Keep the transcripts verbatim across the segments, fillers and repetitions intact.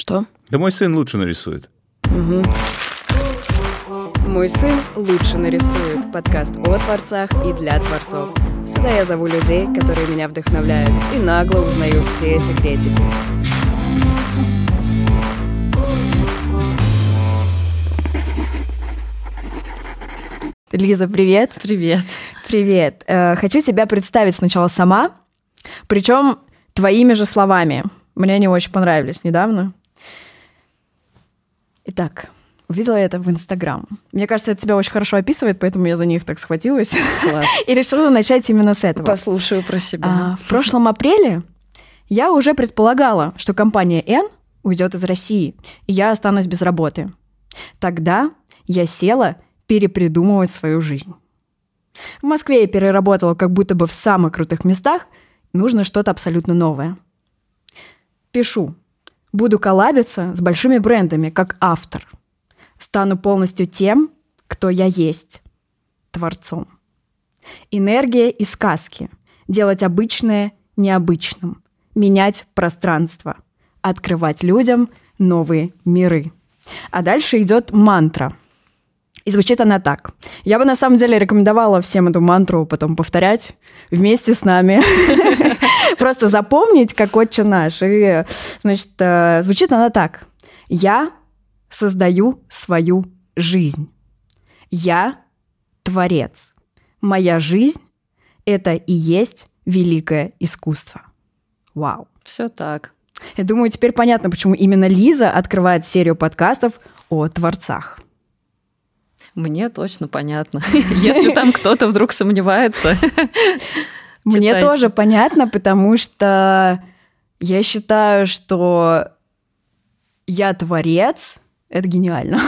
Что? Да мой сын лучше нарисует. Угу. «Мой сын лучше нарисует» — подкаст о творцах и для творцов. Сюда я зову людей, которые меня вдохновляют, и нагло узнаю все секретики. Лиза, привет. Привет. Привет. Э, хочу тебя представить сначала сама, причем твоими же словами. Мне они очень понравились недавно. Итак, увидела я это в Инстаграм. Мне кажется, это тебя очень хорошо описывает, поэтому я за них так схватилась. Класс. И решила начать именно с этого. Послушаю про себя. А, в прошлом апреле я уже предполагала, что компания N уйдет из России, и я останусь без работы. Тогда я села перепридумывать свою жизнь. В Москве я переработала как будто бы в самых крутых местах, нужно что-то абсолютно новое. Пишу. Буду коллабиться с большими брендами, как автор. Стану полностью тем, кто я есть. Творцом. Энергия и сказки. Делать обычное необычным. Менять пространство. Открывать людям новые миры. А дальше идет мантра. И звучит она так. Я бы на самом деле рекомендовала всем эту мантру потом повторять вместе с нами. Просто запомнить, как отче наш. И, значит, звучит она так. Я создаю свою жизнь. Я творец. Моя жизнь — это и есть великое искусство. Вау. Все так. Я думаю, теперь понятно, почему именно Лиза открывает серию подкастов о творцах. Мне точно понятно. Если там кто-то вдруг сомневается. Мне читайте. тоже понятно, потому что я считаю, что я творец. Это гениально.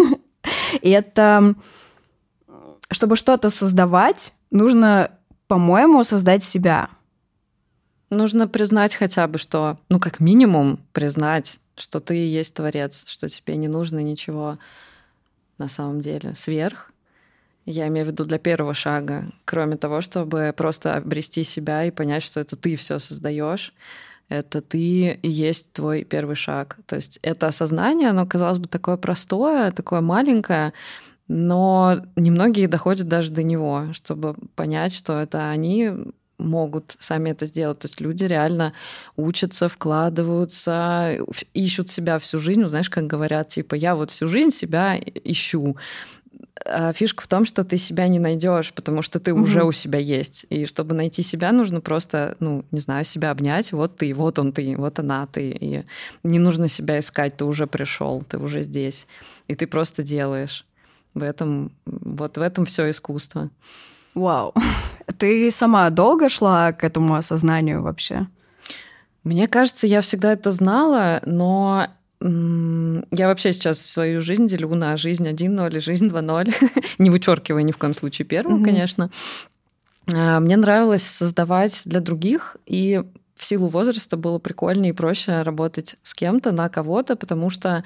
И это... Чтобы что-то создавать, нужно, по-моему, создать себя. Нужно признать хотя бы, что, ну, как минимум, признать, что ты и есть творец, что тебе не нужно ничего на самом деле сверх. Я имею в виду для первого шага, кроме того, чтобы просто обрести себя и понять, что это ты все создаешь, это ты и есть твой первый шаг. То есть это осознание, оно, казалось бы, такое простое, такое маленькое, но немногие доходят даже до него, чтобы понять, что это они могут сами это сделать. То есть люди реально учатся, вкладываются, ищут себя всю жизнь. Ну, знаешь, как говорят, типа, я вот всю жизнь себя ищу. А фишка в том, что ты себя не найдешь, потому что ты угу. уже у себя есть. И чтобы найти себя, нужно просто, ну, не знаю, себя обнять. Вот ты, вот он ты, вот она ты. И не нужно себя искать, ты уже пришел, ты уже здесь. И ты просто делаешь. В этом, вот в этом все искусство. Вау. Ты сама долго шла к этому осознанию вообще? Мне кажется, я всегда это знала, но м- я вообще сейчас свою жизнь делю на жизнь один ноль и жизнь два ноль, не вычеркивая ни в коем случае первую, mm-hmm. конечно. Мне нравилось создавать для других, и в силу возраста было прикольнее и проще работать с кем-то на кого-то, потому что...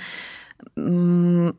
М-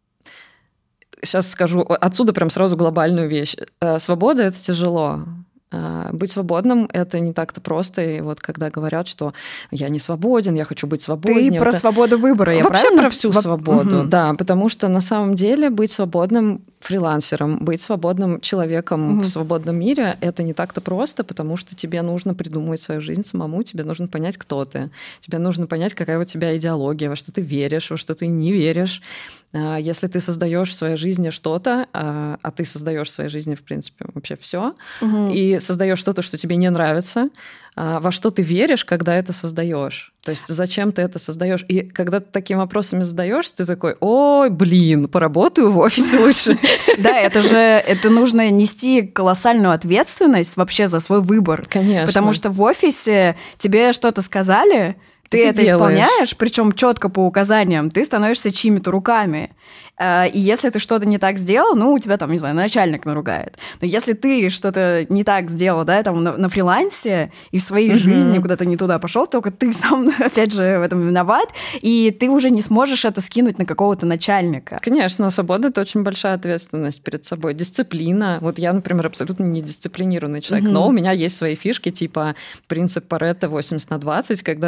Сейчас скажу отсюда прям сразу глобальную вещь. Свобода — это тяжело. Быть свободным — это не так-то просто. И вот когда говорят, что я не свободен, я хочу быть свободнее... Ты про это... свободу выбора, я Вообще правильно? про всю Во... свободу, угу. да. Потому что на самом деле быть свободным фрилансером, быть свободным человеком угу. в свободном мире — это не так-то просто, потому что тебе нужно придумывать свою жизнь самому, тебе нужно понять, кто ты. Тебе нужно понять, какая у тебя идеология, во что ты веришь, во что ты не веришь. Если ты создаешь в своей жизни что-то, а ты создаешь в своей жизни, в принципе, вообще все, угу. и создаешь что-то, что тебе не нравится, во что ты веришь, когда это создаешь. То есть зачем ты это создаешь? И когда ты такими вопросами задаешься, ты такой: ой, блин, поработаю в офисе лучше. Да, это же это нужно нести колоссальную ответственность вообще за свой выбор. Конечно. Потому что в офисе тебе что-то сказали, ты, ты это делаешь. Исполняешь, причем четко по указаниям, ты становишься чьими-то руками. И если ты что-то не так сделал, ну, у тебя там, не знаю, начальник наругает. Но если ты что-то не так сделал, да, там на, на фрилансе и в своей mm-hmm. жизни куда-то не туда пошел, только ты сам, опять же, в этом виноват, и ты уже не сможешь это скинуть на какого-то начальника. Конечно, свобода — это очень большая ответственность перед собой. Дисциплина. Вот я, например, абсолютно недисциплинированный человек, mm-hmm. но у меня есть свои фишки, типа принцип Паретто восемьдесят на двадцать, когда ты восемьдесят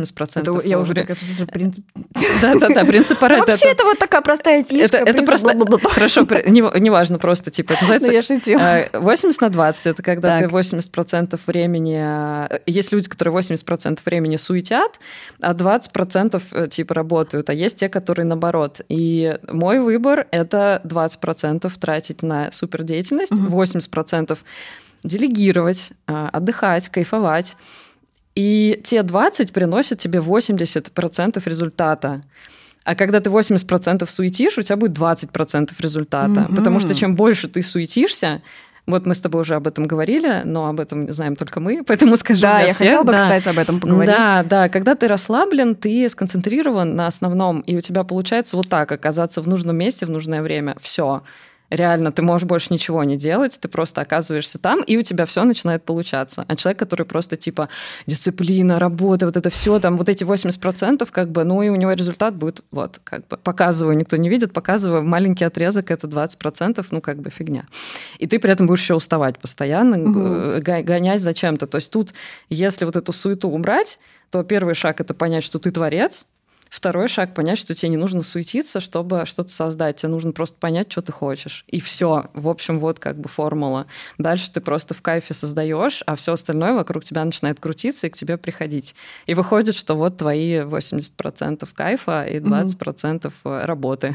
восемьдесят процентов... Это, я уже так... Это уже принцип... Да-да-да, принцип Парето. Вообще это вот такая простая фишка. Это просто... Хорошо, неважно просто, типа, это называется... Я шучу. восемьдесят на двадцать, это когда ты восемьдесят процентов времени... Есть люди, которые восемьдесят процентов времени суетят, а двадцать процентов типа работают, а есть те, которые наоборот. И мой выбор — это двадцать процентов тратить на супердеятельность, восемьдесят процентов делегировать, отдыхать, кайфовать. И те двадцать приносят тебе восемьдесят процентов результата. А когда ты восемьдесят процентов суетишь, у тебя будет двадцать процентов результата. Mm-hmm. Потому что чем больше ты суетишься, вот мы с тобой уже об этом говорили, но об этом знаем только мы, поэтому скажи да, для я всех. хотела бы, да. кстати, об этом поговорить. Да, да, когда ты расслаблен, ты сконцентрирован на основном, и у тебя получается вот так оказаться в нужном месте в нужное время. Все. Реально, ты можешь больше ничего не делать, ты просто оказываешься там, и у тебя все начинает получаться. А человек, который просто типа дисциплина, работа, вот это все, там вот эти восемьдесят процентов, как бы, ну и у него результат будет, вот, как бы, показываю, никто не видит, показываю, маленький отрезок, это двадцать процентов, ну как бы фигня. И ты при этом будешь еще уставать постоянно, угу. гонять за чем-то. То есть тут, если вот эту суету убрать, то первый шаг — это понять, что ты творец. Второй шаг — понять, что тебе не нужно суетиться, чтобы что-то создать. Тебе нужно просто понять, что ты хочешь. И все. В общем, вот как бы формула. Дальше ты просто в кайфе создаешь, а все остальное вокруг тебя начинает крутиться и к тебе приходить. И выходит, что вот твои восемьдесят процентов кайфа и двадцать процентов работы.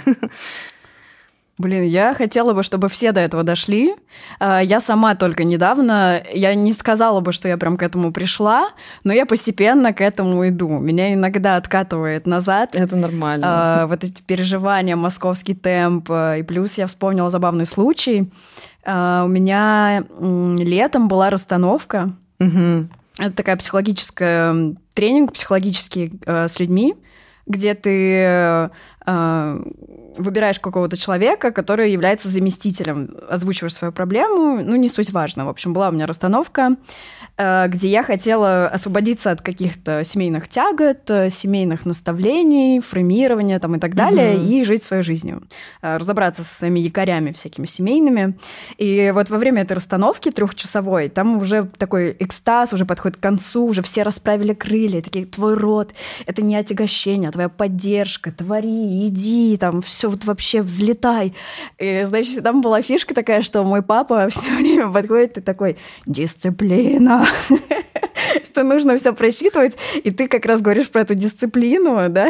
Блин, я хотела бы, чтобы все до этого дошли. Я сама только недавно, я не сказала бы, что я прям к этому пришла, но я постепенно к этому иду. Меня иногда откатывает назад. Это нормально. Вот эти переживания, московский темп. И плюс я вспомнила забавный случай. У меня летом была расстановка. Угу. Это такая психологическая тренинг, психологический с людьми, где ты э, выбираешь какого-то человека, который является заместителем, озвучиваешь свою проблему, ну, не суть важно. В общем, была у меня расстановка, э, где я хотела освободиться от каких-то семейных тягот, семейных наставлений, фреймирования там, и так далее, mm-hmm. и жить своей жизнью. Э, разобраться со своими якорями всякими семейными. И вот во время этой расстановки трехчасовой там уже такой экстаз уже подходит к концу, уже все расправили крылья, такие, твой род, это не отягощение, твоя поддержка, твори, иди, там, все вот вообще взлетай. И, значит, там была фишка такая, что мой папа все время подходит и такой, дисциплина, что нужно все просчитывать, и ты как раз говоришь про эту дисциплину, да?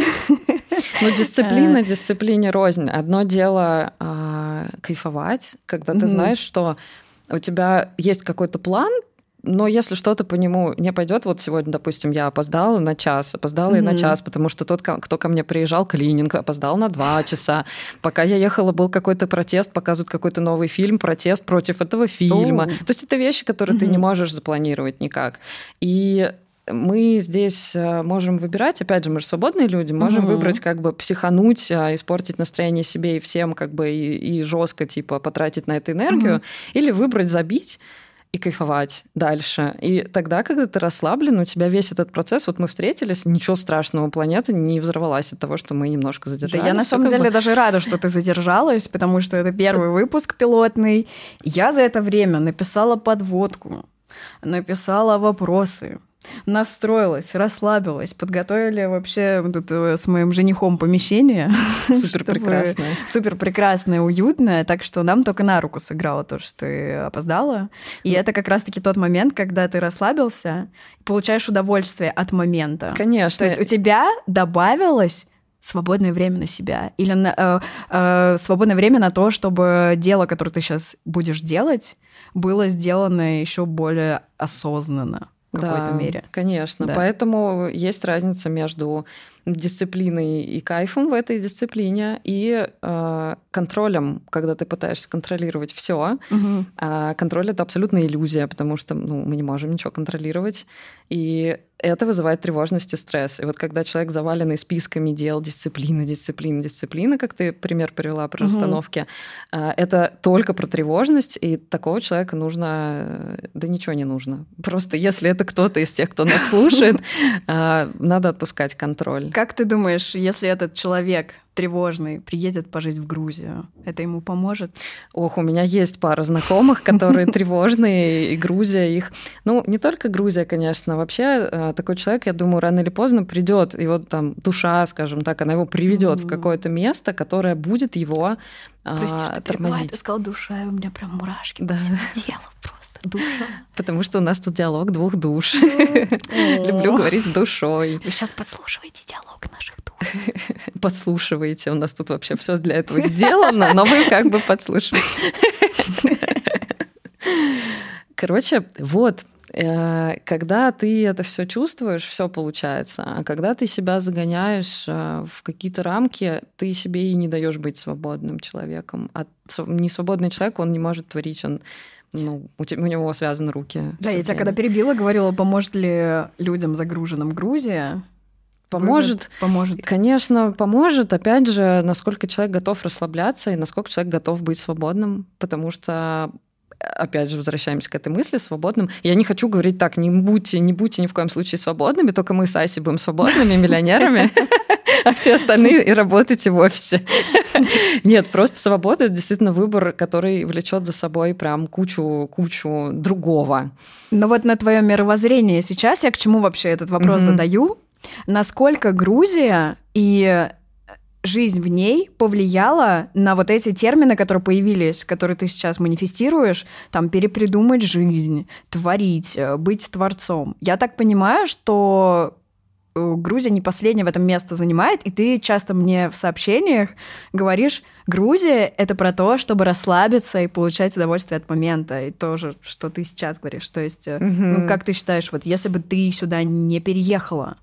Ну, дисциплина, дисциплине рознь. Одно дело а, кайфовать, когда ты знаешь, что у тебя есть какой-то план, но если что-то по нему не пойдет, вот сегодня, допустим, я опоздала на час, опоздала mm-hmm. и на час, потому что тот, кто ко мне приезжал, клининг, опоздал на два часа. Пока я ехала, был какой-то протест, показывают какой-то новый фильм, протест против этого фильма. Oh. То есть это вещи, которые mm-hmm. ты не можешь запланировать никак. И мы здесь можем выбирать, опять же, мы же свободные люди, можем угу. выбрать как бы психануть, испортить настроение себе и всем как бы и, и жестко типа потратить на это энергию, угу. или выбрать забить и кайфовать дальше. И тогда, когда ты расслаблен, у тебя весь этот процесс, вот мы встретились, ничего страшного, планета не взорвалась от того, что мы немножко задержались. Да я на самом деле бы... даже рада, что ты задержалась, потому что это первый выпуск пилотный. Я за это время написала подводку, написала вопросы, настроилась, расслабилась, подготовили вообще тут с моим женихом помещение. Супер прекрасное. Супер прекрасное, уютное, так что нам только на руку сыграло то, что ты опоздала. И это как раз-таки тот момент, когда ты расслабился, получаешь удовольствие от момента. Конечно. То есть у тебя добавилось свободное время на себя или на, э, э, свободное время на то, чтобы дело, которое ты сейчас будешь делать, было сделано еще более осознанно. В какой-то да, мере. Конечно. Да. Поэтому есть разница между дисциплиной и кайфом в этой дисциплине и э, контролем, когда ты пытаешься контролировать все. Угу. А контроль — это абсолютная иллюзия, потому что ну, мы не можем ничего контролировать. И это вызывает тревожность и стресс. И вот когда человек заваленный списками дел, дисциплина, дисциплина, дисциплина, как ты пример привела про расстановки, угу. это только про тревожность, и такого человека нужно... Да ничего не нужно. Просто если это кто-то из тех, кто нас слушает, надо отпускать контроль. Как ты думаешь, если этот человек тревожный приедет пожить в Грузию, это ему поможет? Ох, у меня есть пара знакомых, которые тревожные, и Грузия их... Ну, не только Грузия, конечно. Вообще такой человек, я думаю, рано или поздно придет, и вот там душа, скажем так, она его приведет в какое-то место, которое будет его Прости, что тормозить. Ты сказал душа, и у меня прям мурашки да. по всему телу просто. Душа. Потому что у нас тут диалог двух душ. Люблю говорить с душой. Вы сейчас подслушиваете диалог наших душ. Подслушиваете. У нас тут вообще все для этого сделано, но вы как бы подслушиваете. Короче, вот, когда ты это все чувствуешь, все получается. А когда ты себя загоняешь в какие-то рамки, ты себе и не даешь быть свободным человеком. А несвободный человек, он не может творить, он ну, у, тебя, у него связаны руки. Да, я тебя когда перебила, говорила, поможет ли людям, загруженным Грузия. Поможет. Поможет. Конечно, поможет. Опять же, насколько человек готов расслабляться и насколько человек готов быть свободным. Потому что, опять же, возвращаемся к этой мысли, свободным. Я не хочу говорить так, не будьте, не будьте ни в коем случае свободными, только мы с Асей будем свободными миллионерами, а все остальные и работайте в офисе. Нет, просто свобода — это действительно выбор, который влечет за собой прям кучу, кучу другого. Но вот на твоем мировоззрении сейчас я к чему вообще этот вопрос mm-hmm. задаю? Насколько Грузия и жизнь в ней повлияла на вот эти термины, которые появились, которые ты сейчас манифестируешь, там, перепридумать жизнь, творить, быть творцом. Я так понимаю, что Грузия не последнее в этом место занимает, и ты часто мне в сообщениях говоришь, Грузия — это про то, чтобы расслабиться и получать удовольствие от момента, и тоже, что ты сейчас говоришь. То есть, mm-hmm. ну, как ты считаешь, вот если бы ты сюда не переехала,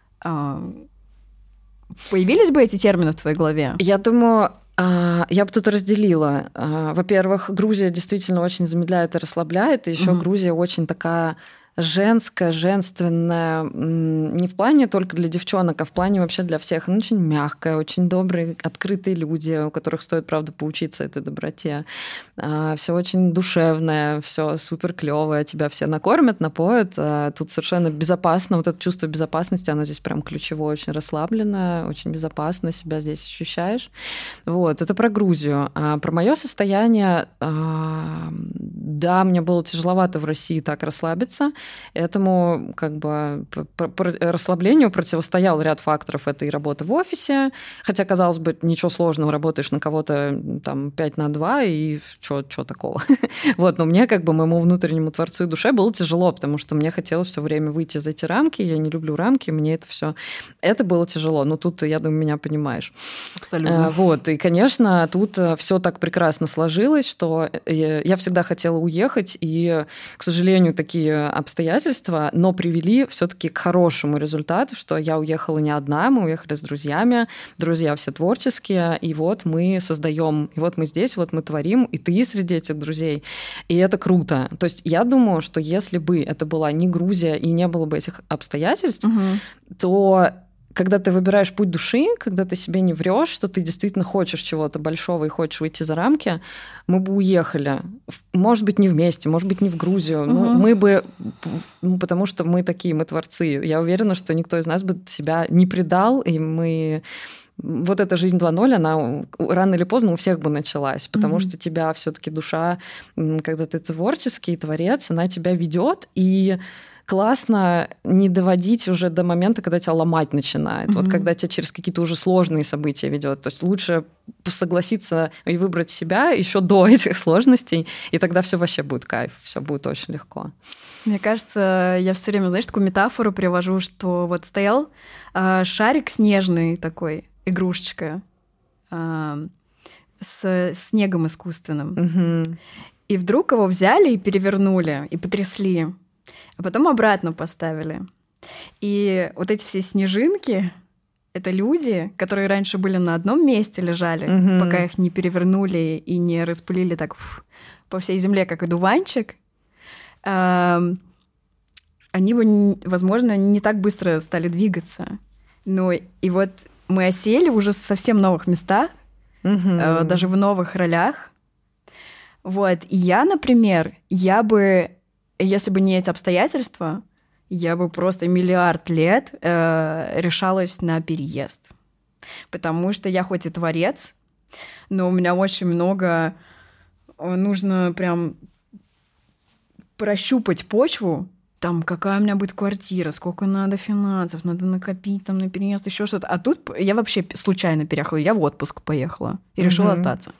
появились бы эти термины в твоей голове? Я думаю, я бы тут разделила. Во-первых, Грузия действительно очень замедляет и расслабляет, и еще mm-hmm. Грузия очень такая женская, женственная, не в плане только для девчонок, а в плане вообще для всех. Она очень мягкая, очень добрые, открытые люди, у которых стоит, правда, поучиться этой доброте. Все очень душевное, все супер клевое, тебя все накормят, напоят. Тут совершенно безопасно. Вот это чувство безопасности, оно здесь прям ключевое, очень расслаблено, очень безопасно себя здесь ощущаешь. Вот, это про Грузию. А про мое состояние, да, мне было тяжеловато в России так расслабиться. Этому как бы расслаблению противостоял ряд факторов. Это и работа в офисе, хотя, казалось бы, ничего сложного, работаешь на кого-то там пять на два, и что такого? Вот, но мне, как бы, моему внутреннему творцу и душе было тяжело, потому что мне хотелось все время выйти за эти рамки, я не люблю рамки, мне это все, это было тяжело, но тут, я думаю, меня понимаешь. Абсолютно. Вот, и, конечно, тут все так прекрасно сложилось, что я всегда хотела уехать, и, к сожалению, такие обстоятельства, но привели все-таки к хорошему результату, что я уехала не одна, мы уехали с друзьями, друзья все творческие, и вот мы создаем, и вот мы здесь, вот мы творим, и ты среди этих друзей, и это круто. То есть я думаю, что если бы это была не Грузия и не было бы этих обстоятельств, угу. то когда ты выбираешь путь души, когда ты себе не врешь, что ты действительно хочешь чего-то большого и хочешь выйти за рамки, мы бы уехали. Может быть, не вместе, может быть, не в Грузию. Угу. Ну, мы бы... Ну, потому что мы такие, мы творцы. Я уверена, что никто из нас бы себя не предал, и мы... Вот эта жизнь два ноль, она рано или поздно у всех бы началась, потому mm-hmm. что тебя все-таки душа, когда ты творческий творец, она тебя ведет, и классно не доводить уже до момента, когда тебя ломать начинает. Mm-hmm. Вот когда тебя через какие-то уже сложные события ведет. То есть лучше согласиться и выбрать себя еще до этих сложностей, и тогда все вообще будет кайф, все будет очень легко. Мне кажется, я все время, знаешь, такую метафору привожу, что вот стоял э, шарик снежный такой, игрушечка, э, с снегом искусственным. Mm-hmm. И вдруг его взяли и перевернули, и потрясли. А потом обратно поставили. И вот эти все снежинки — это люди, которые раньше были на одном месте, лежали, mm-hmm. пока их не перевернули и не распылили так фу, по всей земле, как одуванчик. Они бы, возможно, не так быстро стали двигаться. Ну и вот мы осели уже в совсем новых местах, mm-hmm. даже в новых ролях. Вот. И я, например, я бы, если бы не эти обстоятельства, я бы просто миллиард лет э, решалась на переезд. Потому что я хоть и творец, но у меня очень много... Нужно прям прощупать почву, там, какая у меня будет квартира, сколько надо финансов, надо накопить там на переезд, еще что-то. А тут я вообще случайно переехала, я в отпуск поехала и решила mm-hmm. остаться.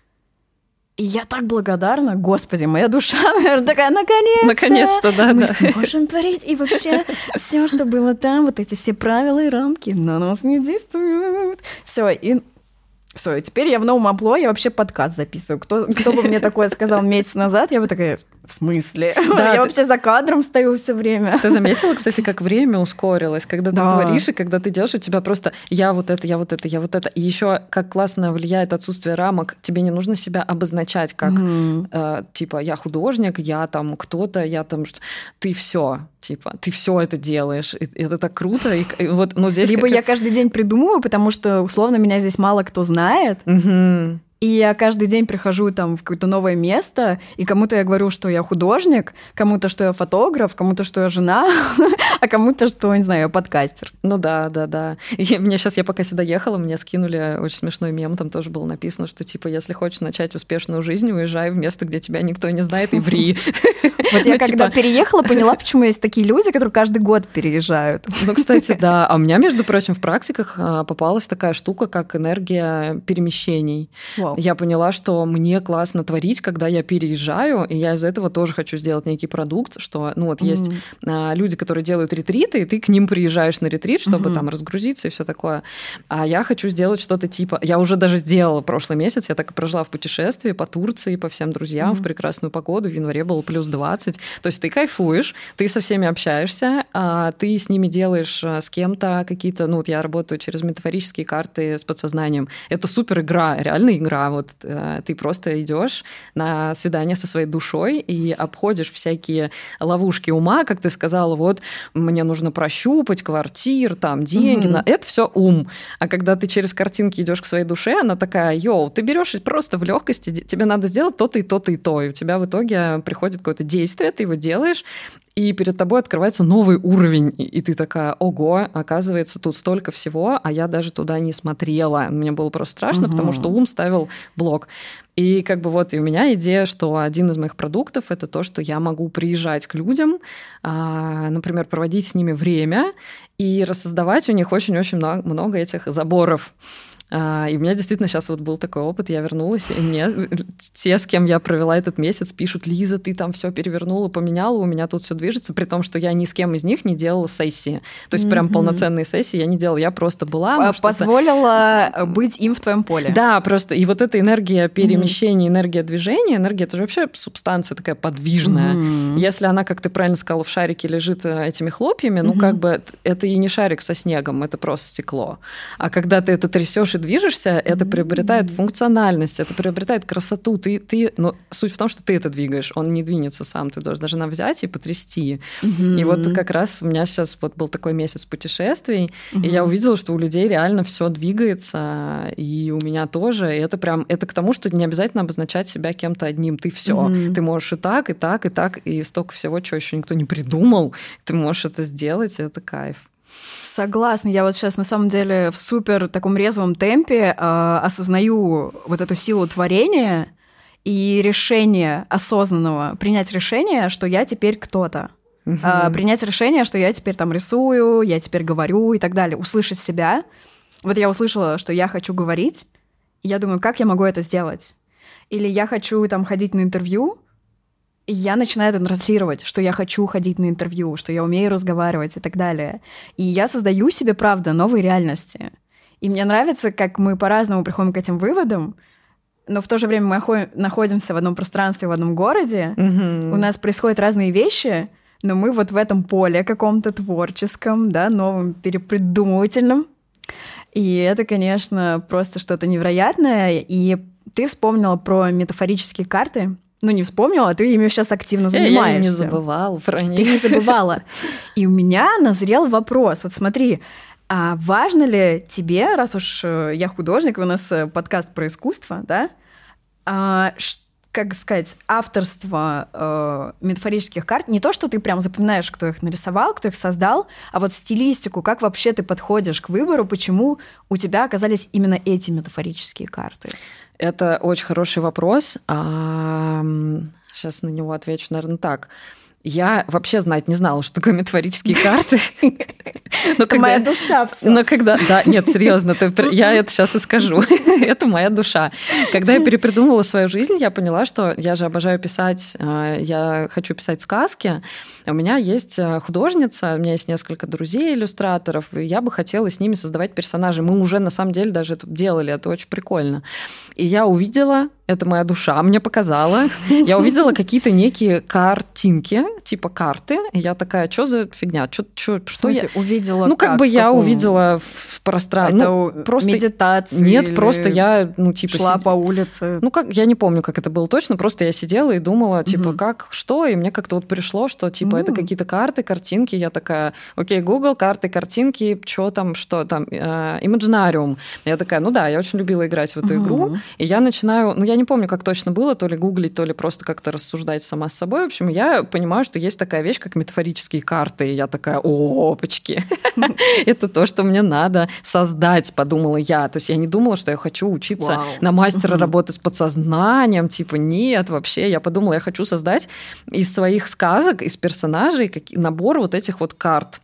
И я так благодарна, господи, моя душа, наверное, такая, наконец-то! Наконец-то, да, мы да. можем творить, и вообще все, что было там, вот эти все правила и рамки на нас не действуют. Все, и... Все, и теперь я в новом амплуа, я вообще подкаст записываю. Кто, кто бы мне такое сказал месяц назад, я бы такая, в смысле? Да, я ты... вообще за кадром стою все время. Ты заметила, кстати, как время ускорилось, когда ты да. творишь, и когда ты делаешь, у тебя просто я вот это, я вот это, я вот это. И еще как классно влияет отсутствие рамок. Тебе не нужно себя обозначать как, mm-hmm. э, типа, я художник, я там кто-то, я там... Ты все. Типа, ты все это делаешь, и это так круто. И, и вот, ну, здесь Либо как... я каждый день придумываю, потому что, условно, меня здесь мало кто знает, угу. и я каждый день прихожу там в какое-то новое место, и кому-то я говорю, что я художник, кому-то, что я фотограф, кому-то, что я жена, а кому-то, что, не знаю, я подкастер. Ну да, да, да. И мне сейчас, я пока сюда ехала, мне скинули очень смешной мем, там тоже было написано, что типа, если хочешь начать успешную жизнь, уезжай в место, где тебя никто не знает, и ври. Вот я когда переехала, поняла, почему есть такие люди, которые каждый год переезжают. Ну, кстати, да. А у меня, между прочим, в практиках попалась такая штука, как энергия перемещений. Я поняла, что мне классно творить, когда я переезжаю, и я из-за этого тоже хочу сделать некий продукт, что, ну, вот mm-hmm. есть а, люди, которые делают ретриты, и ты к ним приезжаешь на ретрит, чтобы mm-hmm. там разгрузиться и все такое. А я хочу сделать что-то типа... Я уже даже сделала прошлый месяц, я так и прожила в путешествии по Турции, по всем друзьям, mm-hmm. в прекрасную погоду, в январе было плюс двадцать. То есть ты кайфуешь, ты со всеми общаешься, а ты с ними делаешь с кем-то какие-то... Ну, вот я работаю через метафорические карты с подсознанием. Это супер игра, реально игра. Вот ты просто идешь на свидание со своей душой и обходишь всякие ловушки ума, как ты сказала, вот мне нужно прощупать квартир, там деньги, mm-hmm. это все ум. А когда ты через картинки идешь к своей душе, она такая, йоу, ты берешь просто в легкости, тебе надо сделать то-то и то-то и то, и у тебя в итоге приходит какое-то действие, ты его делаешь, и перед тобой открывается новый уровень, и ты такая, ого, оказывается, тут столько всего, а я даже туда не смотрела. Мне было просто страшно, угу. потому что ум ставил блок. И как бы вот и у меня идея, что один из моих продуктов — это то, что я могу приезжать к людям, например, проводить с ними время и рассоздавать у них очень-очень много, много этих заборов. И у меня действительно сейчас вот был такой опыт, я вернулась, и мне те, с кем я провела этот месяц, пишут: Лиза, ты там все перевернула, поменяла, у меня тут все движется, при том, что я ни с кем из них не делала сессии. То есть mm-hmm. прям полноценные сессии я не делала, я просто была. Позволила что-то... быть им в твоем поле. Да, просто. И вот эта энергия перемещения, mm-hmm. энергия движения, энергия — это же вообще субстанция такая подвижная. Mm-hmm. Если она, как ты правильно сказала, в шарике лежит этими хлопьями, mm-hmm. ну как бы это и не шарик со снегом, это просто стекло. А когда ты это трясешь и движешься, это mm-hmm. приобретает функциональность, это приобретает красоту. Ты, ты, но суть в том, что ты это двигаешь, он не двинется сам, ты должна взять и потрясти. Mm-hmm. И вот как раз у меня сейчас вот был такой месяц путешествий, mm-hmm. и я увидела, что у людей реально все двигается, и у меня тоже. И это прям, это к тому, что не обязательно обозначать себя кем-то одним. Ты все, mm-hmm. ты можешь и так, и так, и так, и столько всего, чего еще никто не придумал. Ты можешь это сделать, и это кайф. Согласна. Я вот сейчас на самом деле в супер таком резвом темпе э, осознаю вот эту силу творения и решение осознанного, принять решение, что я теперь кто-то. Uh-huh. Э, принять решение, что я теперь там рисую, я теперь говорю и так далее. Услышать себя. Вот я услышала, что я хочу говорить, и я думаю, как я могу это сделать? Или я хочу там ходить на интервью, и я начинаю это транслировать, что я хочу ходить на интервью, что я умею разговаривать и так далее. И я создаю себе, правда, новые реальности. И мне нравится, как мы по-разному приходим к этим выводам, но в то же время мы находимся в одном пространстве, в одном городе, mm-hmm. у нас происходят разные вещи, но мы вот в этом поле каком-то творческом, да, новом, перепридумывательном. И это, конечно, просто что-то невероятное. И ты вспомнила про метафорические карты. Ну, не вспомнила, а ты ими сейчас активно занимаешься. Я не забывала про них. Ты не забывала. И у меня назрел вопрос. Вот смотри, а важно ли тебе, раз уж я художник, у нас подкаст про искусство, да, а как сказать, авторство э, метафорических карт. Не то, что ты прям запоминаешь, кто их нарисовал, кто их создал, а вот стилистику, как вообще ты подходишь к выбору, почему у тебя оказались именно эти метафорические карты. Это очень хороший вопрос. А, сейчас на него отвечу, наверное, так. Я вообще знать не знала, что такое метафорические карты. Это моя душа все. Но когда... Да, нет, серьезно, я это сейчас и скажу. Это моя душа. Когда я перепридумывала свою жизнь, я поняла, что я же обожаю писать, я хочу писать сказки. У меня есть художница, у меня есть несколько друзей-иллюстраторов, и я бы хотела с ними создавать персонажей. Мы уже, на самом деле, даже это делали, это очень прикольно. И я увидела, это моя душа мне показала, я увидела какие-то некие картинки, типа карты, и я такая, что за фигня? Чё, чё, в смысле, я увидела? Ну, как, как бы я каком... увидела в пространстве. Это ну, просто... медитация? Нет, просто я, ну, типа... Шла сид... по улице? Ну, как, я не помню, как это было точно, просто я сидела и думала, типа, угу. как, что, и мне как-то вот пришло, что, типа, угу. это какие-то карты, картинки, я такая, окей, Google, карты, картинки, что там, что там, Imaginarium. Я такая, ну да, я очень любила играть в эту угу. игру, и я начинаю, ну, я не помню, как точно было, то ли гуглить, то ли просто как-то рассуждать сама с собой. В общем, я понимаю, что есть такая вещь, как метафорические карты. И я такая, опачки, это то, что мне надо создать, подумала я. То есть я не думала, что я хочу учиться на мастера работы с подсознанием. Типа, нет, вообще. Я подумала, я хочу создать из своих сказок, из персонажей набор вот этих вот карт.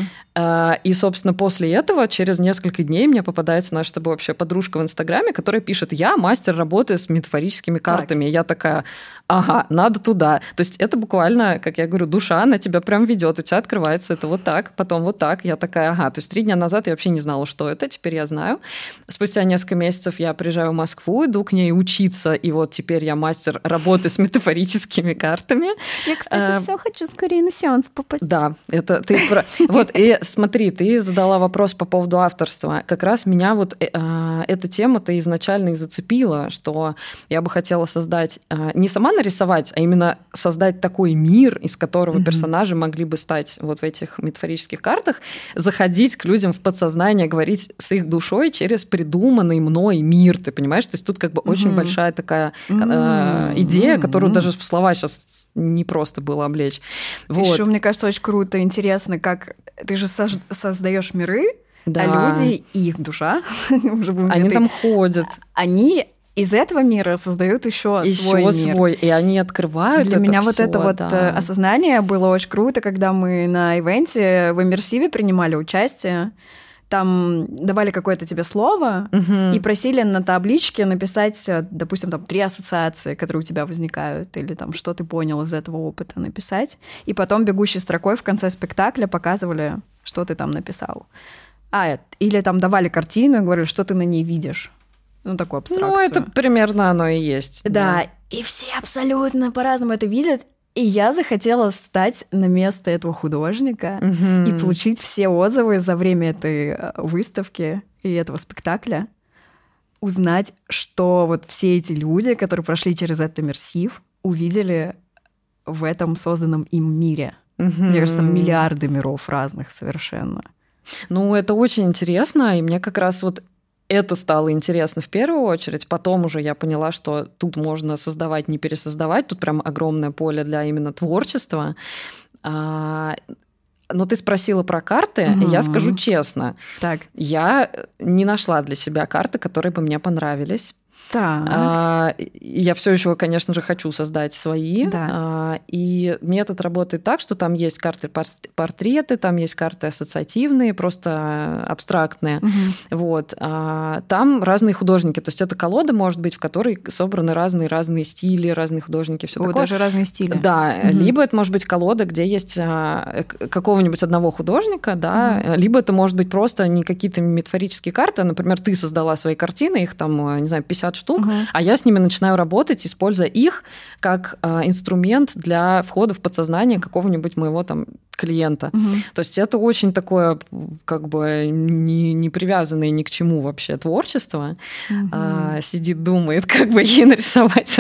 И, собственно, после этого, через несколько дней, мне попадается наша с тобой вообще подружка в Инстаграме, которая пишет, я мастер работы с метафорическими картами. Так. Я такая, ага, надо туда. То есть это буквально, как я говорю, душа на тебя прям ведет, у тебя открывается это вот так, потом вот так. Я такая, ага. То есть три дня назад я вообще не знала, что это, теперь я знаю. Спустя несколько месяцев я приезжаю в Москву, иду к ней учиться, и вот теперь я мастер работы с метафорическими картами. Я, кстати, а, все хочу скорее на сеанс попасть. Да, это ты... Вот, и смотри, ты задала вопрос по поводу авторства. Как раз меня вот э, э, эта тема-то изначально и зацепила, что я бы хотела создать, э, не сама нарисовать, а именно создать такой мир, из которого mm-hmm. персонажи могли бы стать вот в этих метафорических картах, заходить к людям в подсознание, говорить с их душой через придуманный мной мир, ты понимаешь? То есть тут как бы mm-hmm. очень большая такая э, mm-hmm. идея, которую mm-hmm. даже в слова сейчас не просто было облечь. Вот. Еще, мне кажется, очень круто, интересно, как ты же создаешь миры, да. а люди и их душа, уже они там ходят. Они из этого мира создают еще, еще свой мир. свой, и они открывают Для это меня всё, вот это вот да. осознание было очень круто, когда мы на ивенте в иммерсиве принимали участие. Там давали какое-то тебе слово uh-huh. и просили на табличке написать, допустим, там три ассоциации, которые у тебя возникают, или там что ты понял из этого опыта написать. И потом бегущей строкой в конце спектакля показывали, что ты там написал. А, или там давали картину и говорили, что ты на ней видишь. Ну, такую абстракцию. Ну, это примерно оно и есть. Да, да. И все абсолютно по-разному это видят. И я захотела стать на место этого художника mm-hmm. и получить все отзывы за время этой выставки и этого спектакля. Узнать, что вот все эти люди, которые прошли через этот иммерсив, увидели в этом созданном им мире. Mm-hmm. Мне кажется, там миллиарды миров разных совершенно. Ну, это очень интересно, и мне как раз вот это стало интересно в первую очередь. Потом уже я поняла, что тут можно создавать, не пересоздавать. Тут прям огромное поле для именно творчества. Но ты спросила про карты, угу. и я скажу честно. Так. Я не нашла для себя карты, которые бы мне понравились. Так. А, я все еще, конечно же, хочу создать свои. Да. А, и метод работает так, что там есть карты портреты, там есть карты ассоциативные, просто абстрактные. Угу. Вот. А, там разные художники. То есть это колода, может быть, в которой собраны разные-разные стили, разные художники. Все О, такое. Даже разные стили. Да. Угу. Либо это может быть колода, где есть а, какого-нибудь одного художника, да. Угу. Либо это может быть просто не какие-то метафорические карты. Например, ты создала свои картины, их там, не знаю, пятьдесят штук, uh-huh. а я с ними начинаю работать, используя их как э, инструмент для входа в подсознание какого-нибудь моего там клиента. Uh-huh. То есть это очень такое, как бы, не, не привязанное ни к чему вообще творчество. Uh-huh. А, сидит, думает, как бы ей нарисовать.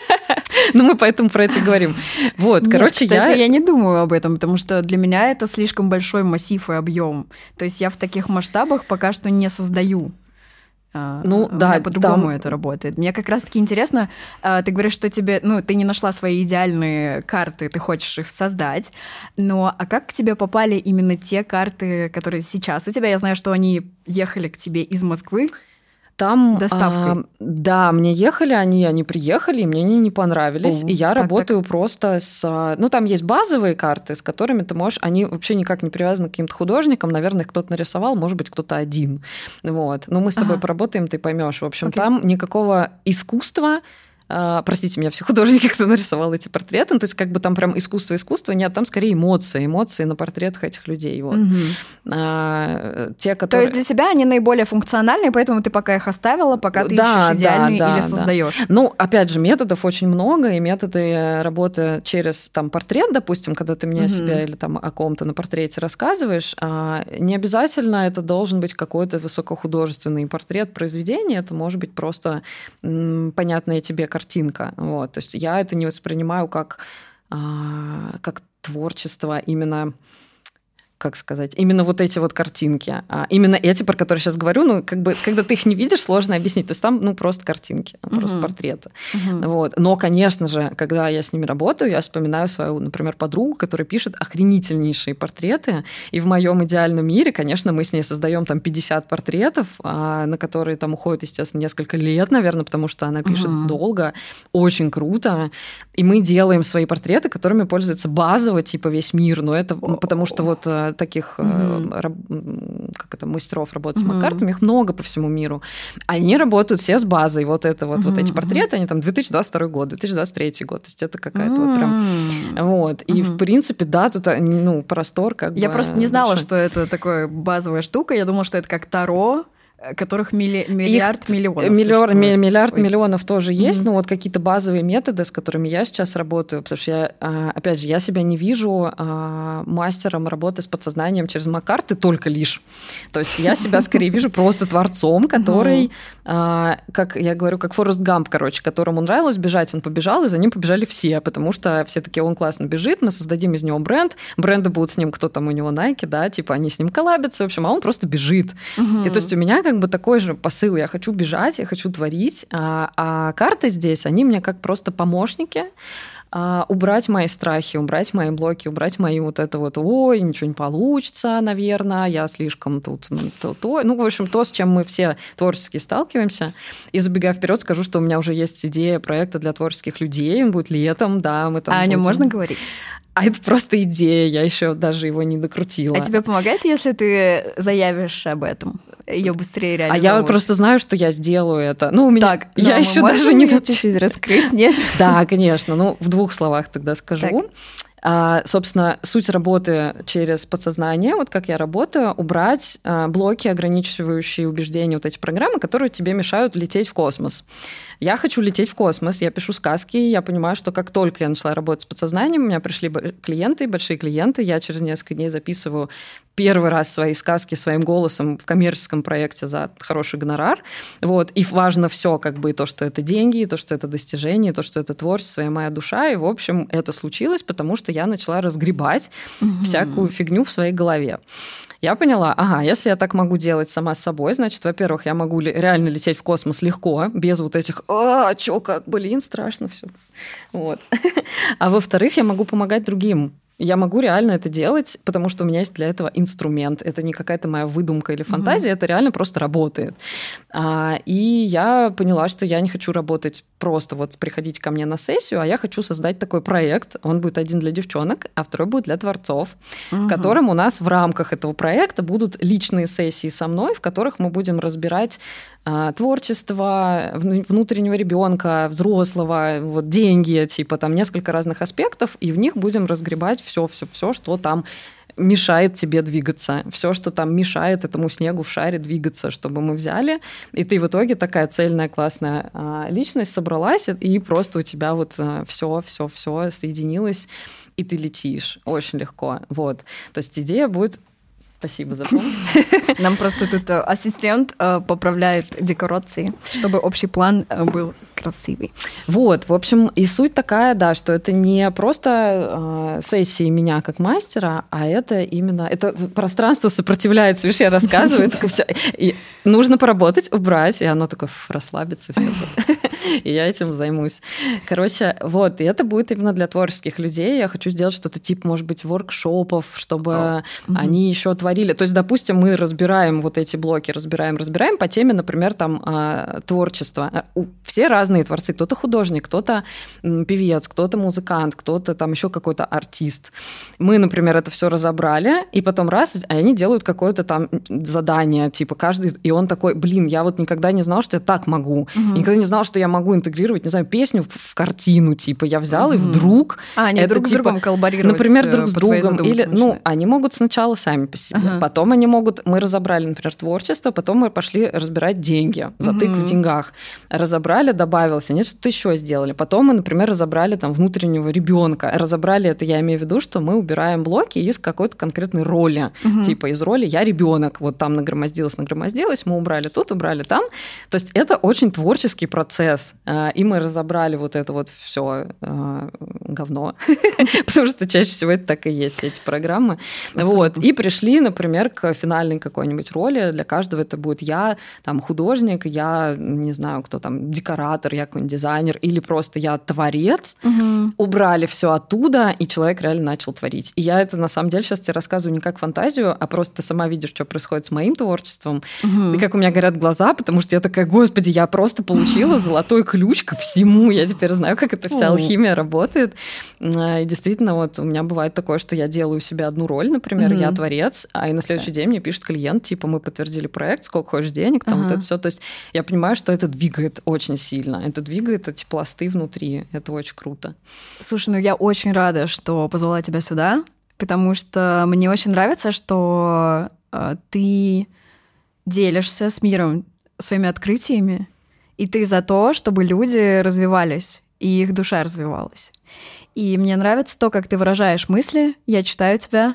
Ну, мы поэтому про это и говорим. Вот, Нет, короче, кстати, я... я не думаю об этом, потому что для меня это слишком большой массив и объем. То есть я в таких масштабах пока что не создаю. Ну, у да, меня по-другому там... это работает. Мне как раз-таки интересно, ты говоришь, что тебе, ну, ты не нашла свои идеальные карты, ты хочешь их создать, но а как к тебе попали именно те карты, которые сейчас у тебя? Я знаю, что они ехали к тебе из Москвы. Там, доставкой. А, да, мне ехали они, они приехали, и мне они не понравились. О, и я так, работаю так. просто с... Ну, там есть базовые карты, с которыми ты можешь... Они вообще никак не привязаны к каким-то художникам. Наверное, их кто-то нарисовал, может быть, кто-то один. Вот. Но мы с тобой ага. поработаем, ты поймешь. В общем, Окей. там никакого искусства... Uh, простите меня, все художники, кто нарисовал эти портреты. Ну, то есть как бы там прям искусство-искусство, нет, там скорее эмоции, эмоции на портретах этих людей. Вот. Mm-hmm. Uh, те, которые... То есть для тебя они наиболее функциональные, поэтому ты пока их оставила, пока ты да, ищешь идеальные да, или да, создаешь. Да. Ну, опять же, методов очень много, и методы работы через там, портрет, допустим, когда ты мне mm-hmm. о себе или там, о ком-то на портрете рассказываешь, uh, не обязательно это должен быть какой-то высокохудожественный портрет произведения, это может быть просто м, понятное тебе картинка. Вот. То есть я это не воспринимаю как, а, как творчество именно, как сказать, именно вот эти вот картинки. А именно эти, про которые сейчас говорю, ну, как бы, когда ты их не видишь, сложно объяснить. То есть там, ну, просто картинки, uh-huh. просто портреты. Uh-huh. Вот. Но, конечно же, когда я с ними работаю, я вспоминаю свою, например, подругу, которая пишет охренительнейшие портреты. И в моем идеальном мире, конечно, мы с ней создаем там пятьдесят портретов, на которые там уходит, естественно, несколько лет, наверное, потому что она пишет uh-huh. долго, очень круто. И мы делаем свои портреты, которыми пользуется базово, типа, весь мир. Но это oh. потому что вот таких mm-hmm. как это, мастеров работы mm-hmm. с макартами, их много по всему миру. Они работают все с базой. Вот это вот, mm-hmm. вот эти портреты, они там две тысячи двадцать второй год, две тысячи двадцать третий год. То есть это какая-то mm-hmm. вот прям... Вот. И, mm-hmm. в принципе, да, тут ну, простор как бы... Я просто не знала, большой. Что это такая базовая штука. Я думала, что это как Таро, которых милли... миллиард Их миллионов. Миллиард, миллиард миллионов тоже mm-hmm. есть, но вот какие-то базовые методы, с которыми я сейчас работаю, потому что я, опять же, я себя не вижу мастером работы с подсознанием через макарты только лишь. То есть я себя скорее вижу просто творцом, который, mm-hmm. как я говорю, как Форест Гамп, короче, которому нравилось бежать, он побежал, и за ним побежали все, потому что все такие, он классно бежит, мы создадим из него бренд, бренды будут с ним, кто там у него, Nike, да, типа они с ним коллабятся, в общем, а он просто бежит. Mm-hmm. И то есть у меня как бы такой же посыл. Я хочу бежать, я хочу творить. А, а карты здесь, они мне как просто помощники. А, убрать мои страхи, убрать мои блоки, убрать мои вот это вот, ой, ничего не получится, наверное, я слишком тут... То, то. Ну, в общем, то, с чем мы все творчески сталкиваемся. И забегая вперед, скажу, что у меня уже есть идея проекта для творческих людей. Он будет летом, да. Мы там а будем... о нем можно говорить? А это просто идея, я еще даже его не докрутила. А тебе помогает, если ты заявишь об этом? Ее быстрее реализовать? А я просто знаю, что я сделаю это. Ну, у меня... Так, я еще даже не... чуть-чуть раскрыть, нет? Да, конечно. Ну, в двух словах тогда скажу. А, собственно, суть работы через подсознание, вот как я работаю, убрать а, блоки, ограничивающие убеждения, вот эти программы, которые тебе мешают лететь в космос. Я хочу лететь в космос, я пишу сказки, я понимаю, что как только я начала работать с подсознанием, у меня пришли клиенты, большие клиенты, я через несколько дней записываю первый раз свои сказки своим голосом в коммерческом проекте за хороший гонорар. Вот. И важно все, как бы и то, что это деньги, и то, что это достижение, и то, что это творчество, и моя душа. И, в общем, это случилось, потому что я начала разгребать угу. всякую фигню в своей голове. Я поняла, ага, если я так могу делать сама с собой, значит, во-первых, я могу реально лететь в космос легко, без вот этих «а, чё, как, блин, страшно все». Вот. А во-вторых, я могу помогать другим. Я могу реально это делать, потому что у меня есть для этого инструмент. Это не какая-то моя выдумка или фантазия, mm-hmm. это реально просто работает. А, и я поняла, что я не хочу работать просто вот приходить ко мне на сессию, а я хочу создать такой проект. Он будет один для девчонок, а второй будет для творцов, mm-hmm. в котором у нас в рамках этого проекта будут личные сессии со мной, в которых мы будем разбирать а, творчество внутреннего ребенка, взрослого, вот, деньги, типа там несколько разных аспектов, и в них будем разгребать все, все, все, что там мешает тебе двигаться, все, что там мешает этому снегу в шаре двигаться, чтобы мы взяли, и ты в итоге такая цельная, классная а, личность собралась, и просто у тебя вот все, все, все соединилось, и ты летишь очень легко. Вот. То есть идея будет... Спасибо за помощь. Нам просто тут ассистент поправляет декорации, чтобы общий план был красивый. Вот, в общем, и суть такая, да, что это не просто э, сессии меня как мастера, а это именно... Это пространство сопротивляется, видишь, я рассказываю, все. И нужно поработать, убрать, и оно такое расслабится, все. И я этим займусь. Короче, вот, и это будет именно для творческих людей. Я хочу сделать что-то типа, может быть, воркшопов, чтобы oh. они mm-hmm. еще творили. То есть, допустим, мы разбираем вот эти блоки, разбираем, разбираем по теме, например, там, творчество. Все разные творцы. Кто-то художник, кто-то певец, кто-то музыкант, кто-то там еще какой-то артист. Мы, например, это все разобрали, и потом раз, а они делают какое-то там задание, типа каждый, и он такой, блин, я вот никогда не знал, что я так могу. Mm-hmm. Никогда не знал, что я могу интегрировать, не знаю, песню в, в картину, типа, я взял, mm-hmm. и вдруг... А, они это, друг типа, с другом коллаборировать. Например, друг с другом. Или, ну, начинают. Они могут сначала сами по себе, uh-huh. потом они могут... Мы разобрали, например, творчество, потом мы пошли разбирать деньги, затык uh-huh. в деньгах. Разобрали, добавился, нет, что-то еще сделали. Потом мы, например, разобрали там внутреннего ребенка. Разобрали это, я имею в виду, что мы убираем блоки из какой-то конкретной роли. Uh-huh. Типа из роли «я ребенок». Вот там нагромоздилось, нагромоздилось, мы убрали тут, убрали там. То есть это очень творческий процесс. И мы разобрали вот это вот все говно, потому что чаще всего это так и есть, эти программы. Вот. И пришли, например, к финальной какой-нибудь роли. Для каждого это будет я, там, художник, я, не знаю, кто там, декоратор, я какой-нибудь дизайнер, или просто я творец. Угу. Убрали все оттуда, и человек реально начал творить. И я это, на самом деле, сейчас тебе рассказываю не как фантазию, а просто ты сама видишь, что происходит с моим творчеством. Угу. И как у меня горят глаза, потому что я такая, господи, я просто получила золотой ключ ко всему. Я теперь знаю, как эта вся алхимия работает. И действительно, вот у меня бывает такое, что я делаю себе одну роль, например, mm-hmm. я творец, а и на следующий день мне пишет клиент, типа, мы подтвердили проект, сколько хочешь денег, там uh-huh. вот это все. То есть я понимаю, что это двигает очень сильно. Это двигает эти пласты внутри. Это очень круто. Слушай, ну я очень рада, что позвала тебя сюда, потому что мне очень нравится, что э, ты делишься с миром своими открытиями, и ты за то, чтобы люди развивались, и их душа развивалась. И мне нравится то, как ты выражаешь мысли, я читаю тебя,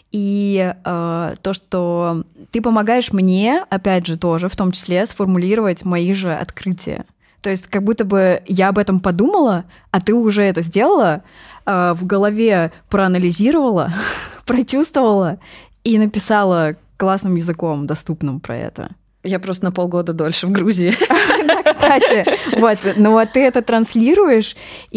и э, то, что ты помогаешь мне, опять же, тоже, в том числе, сформулировать мои же открытия. То есть как будто бы я об этом подумала, а ты уже это сделала, э, в голове проанализировала, прочувствовала и написала классным языком, доступным про это. Я просто на полгода дольше в Грузии. Да, кстати. Вот. Но вот ты это транслируешь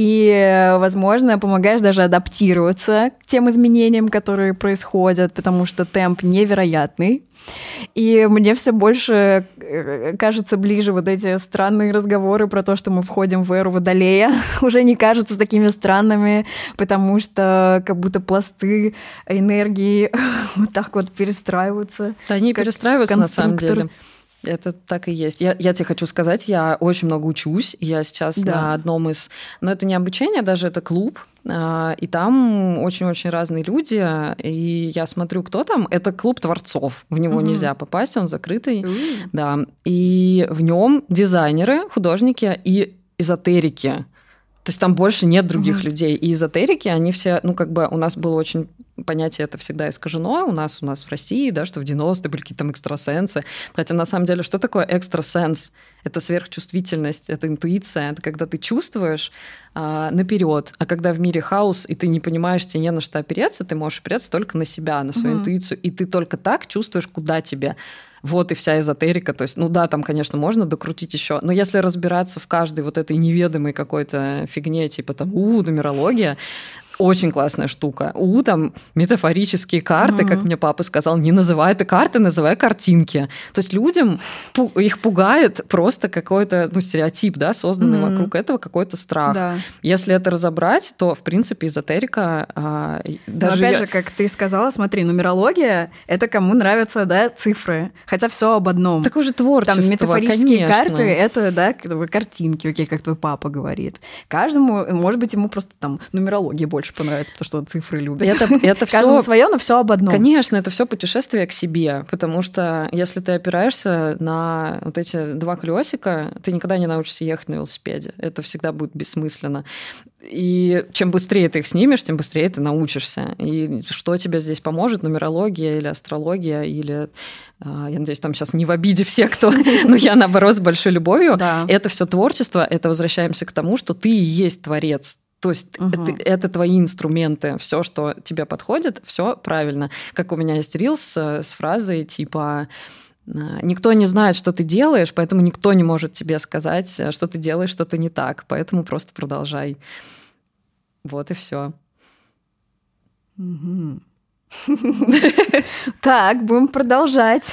и, возможно, помогаешь даже адаптироваться к тем изменениям, которые происходят, потому что темп невероятный. И мне все больше кажется ближе вот эти странные разговоры про то, что мы входим в эру Водолея. Уже не кажутся такими странными, потому что как будто пласты энергии вот так вот перестраиваются. Да, они перестраиваются на самом деле. Это так и есть. Я, я тебе хочу сказать, я очень много учусь. Я сейчас да. на одном из... Но это не обучение, даже это клуб. И там очень-очень разные люди. И я смотрю, кто там. Это клуб творцов. В него mm-hmm. нельзя попасть, он закрытый. Mm-hmm. Да. И в нем дизайнеры, художники и эзотерики. То есть там больше нет других mm-hmm. людей. И эзотерики, они все... Ну, как бы у нас было очень... Понятие это всегда искажено у нас, у нас в России, да, что в девяностые были какие-то там экстрасенсы. Хотя на самом деле, что такое экстрасенс? Это сверхчувствительность, это интуиция, это когда ты чувствуешь а, наперед, а когда в мире хаос, и ты не понимаешь, тебе не на что опереться, ты можешь опереться только на себя, на свою mm-hmm. интуицию, и ты только так чувствуешь, куда тебе. Вот и вся эзотерика. То есть, ну да, там, конечно, можно докрутить еще, но если разбираться в каждой вот этой неведомой какой-то фигне, типа там, у, нумерология, очень классная штука. У, там, метафорические карты, mm-hmm. как мне папа сказал, не называй это карты, называй картинки. То есть людям, их пугает просто какой-то, ну, стереотип, да, созданный mm-hmm. вокруг этого, какой-то страх. Да. Если это разобрать, то, в принципе, эзотерика... А, даже Но опять я... же, как ты сказала, смотри, нумерология — это кому нравятся, да, цифры. Хотя все об одном. Такое же творчество, там метафорические конечно. карты — это, да, картинки, окей, как твой папа говорит. Каждому, может быть, ему просто там нумерология больше больше понравится, потому что он цифры любит. Это, это Каждому все... свое, но все об одном. Конечно, это все путешествие к себе, потому что если ты опираешься на вот эти два колесика, ты никогда не научишься ехать на велосипеде. Это всегда будет бессмысленно. И чем быстрее ты их снимешь, тем быстрее ты научишься. И что тебе здесь поможет? Нумерология или астрология, или, я надеюсь, там сейчас не в обиде все, кто... Но я, наоборот, с большой любовью. Да. Это все творчество, это возвращаемся к тому, что ты и есть творец. То есть угу. это, это твои инструменты, все, что тебе подходит, все правильно. Как у меня есть рилс с фразой типа... Никто не знает, что ты делаешь, поэтому никто не может тебе сказать, что ты делаешь что-то не так. Поэтому просто продолжай. Вот и все. Так, будем продолжать.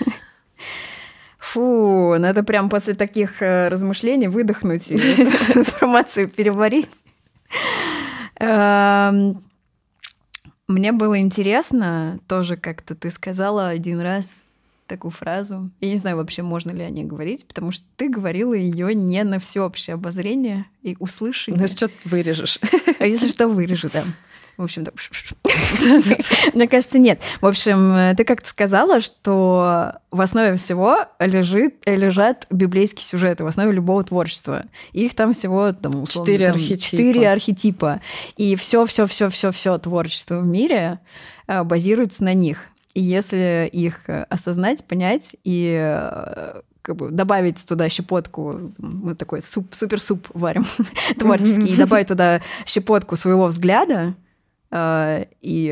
Фу, надо прям после таких размышлений выдохнуть и информацию переварить. Мне было интересно, тоже как-то ты сказала один раз такую фразу. Я не знаю вообще, можно ли о ней говорить, потому что ты говорила ее не на всеобщее обозрение и услышание. Ну, что ты вырежешь? А если что, вырежу, да. В общем, да. Мне кажется, нет. В общем, ты как-то сказала, что в основе всего лежит, лежат библейские сюжеты, в основе любого творчества. Их там всего там, условно, четыре там, архетипа. Четыре архетипа. И все-все-все-все-все творчество в мире базируется на них. И если их осознать, понять и как бы добавить туда щепотку, мы такой суп, супер-суп варим творческий, и добавить туда щепотку своего взгляда э,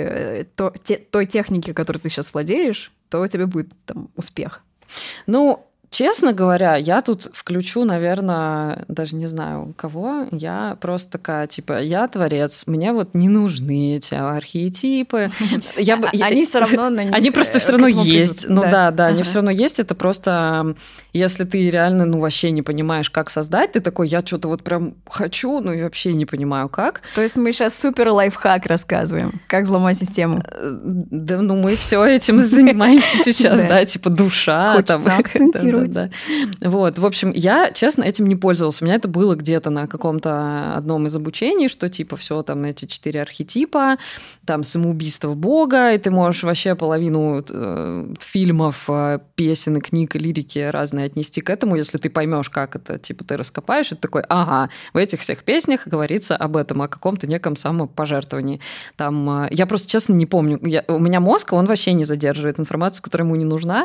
и то, те, той техники, которой ты сейчас владеешь, то у тебя будет там успех. Ну, честно говоря, я тут включу, наверное, даже не знаю кого, я просто такая, типа, я творец, мне вот не нужны эти архетипы. Я бы, они я, все равно на них... Они просто все равно есть. Придут. Ну да, да, да ага. они все равно есть. Это просто, если ты реально, ну, вообще не понимаешь, как создать, ты такой, я что-то вот прям хочу, ну, и вообще не понимаю, как. То есть мы сейчас супер лайфхак рассказываем, как взломать систему. Да, ну, мы все этим занимаемся сейчас, да, типа душа. Хочется акцентировать. Да, да. Вот, в общем, я, честно, этим не пользовалась. У меня это было где-то на каком-то одном из обучений, что типа все там эти четыре архетипа, там самоубийство Бога, и ты можешь вообще половину э, фильмов, э, песен, книг, лирики разные отнести к этому, если ты поймешь, как это, типа ты раскопаешь, и ты такой, ага, в этих всех песнях говорится об этом, о каком-то неком самопожертвовании. Там, э, я просто, честно, не помню. Я, у меня мозг, он вообще не задерживает информацию, которая ему не нужна.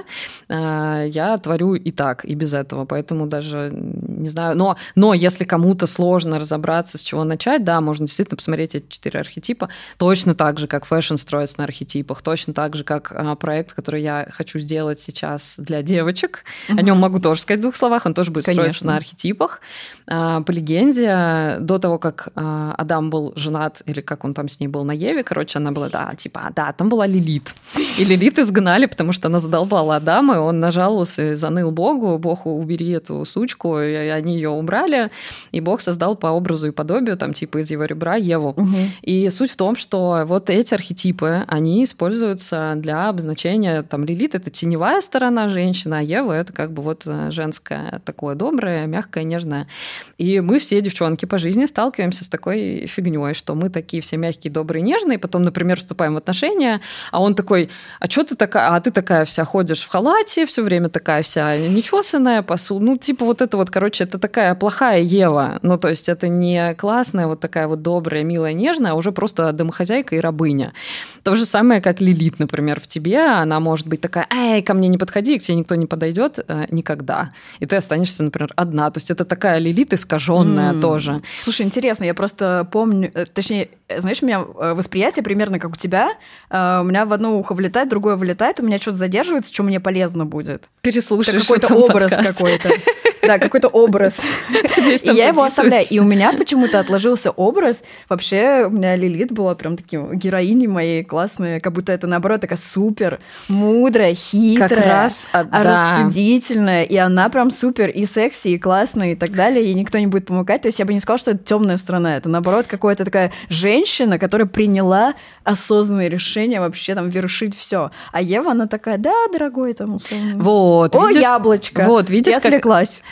Э, я творю и так, и без этого, поэтому даже не знаю. Но, но если кому-то сложно разобраться, с чего начать, да, можно действительно посмотреть эти четыре архетипа, точно так же, как фэшн строится на архетипах, точно так же, как а, проект, который я хочу сделать сейчас для девочек. Mm-hmm. О нем могу тоже сказать в двух словах, он тоже будет Конечно. строиться на архетипах. А, по легенде, до того, как а, Адам был женат, или как он там с ней был на Еве, короче, она была, да, типа, да, там была Лилит. И Лилит изгнали, потому что она задолбала Адама, и он нажаловался и заныл Богу, Бог, убери эту сучку, и они ее убрали, и Бог создал по образу и подобию, там, типа, из его ребра Еву. Угу. И суть в том, что вот эти архетипы, они используются для обозначения, там, Лилит — это теневая сторона женщины, а Ева — это как бы вот женское, такое доброе, мягкое, нежное. И мы все, девчонки, по жизни сталкиваемся с такой фигней, что мы такие все мягкие, добрые, нежные, потом, например, вступаем в отношения, а он такой, а что ты такая, а ты такая вся ходишь в халате, все время такая вся нечесанная, посуду. Ну, типа вот это вот, короче, это такая плохая Ева. Ну, то есть это не классная, вот такая вот добрая, милая, нежная, а уже просто домохозяйка и рабыня. То же самое, как Лилит, например, в тебе. Она может быть такая, эй, ко мне не подходи, к тебе никто не подойдет э, никогда. И ты останешься, например, одна. То есть это такая Лилит искаженная mm. тоже. Слушай, интересно, я просто помню, точнее, знаешь, у меня восприятие примерно как у тебя. У меня в одно ухо влетает, другое вылетает, у меня что-то задерживается, что мне полезно будет. Переслушаешь какой-то образ подкаст. какой-то. Да, какой-то образ. И я его оставляю. И у меня почему-то отложился образ. Вообще, у меня Лилит была прям таким героиней моей классной, как будто это, наоборот, такая супер мудрая, хитрая, как раз, а, да. рассудительная. И она прям супер и секси, и классная, и так далее. И никто не будет помогать. То есть я бы не сказала, что это темная сторона. Это, наоборот, какая-то такая женщина, которая приняла осознанное решение вообще там вершить все. А Ева, она такая, да, дорогой, там, условно. Вот, О, видишь, яблочко. Вот, видишь, я как... отвлеклась.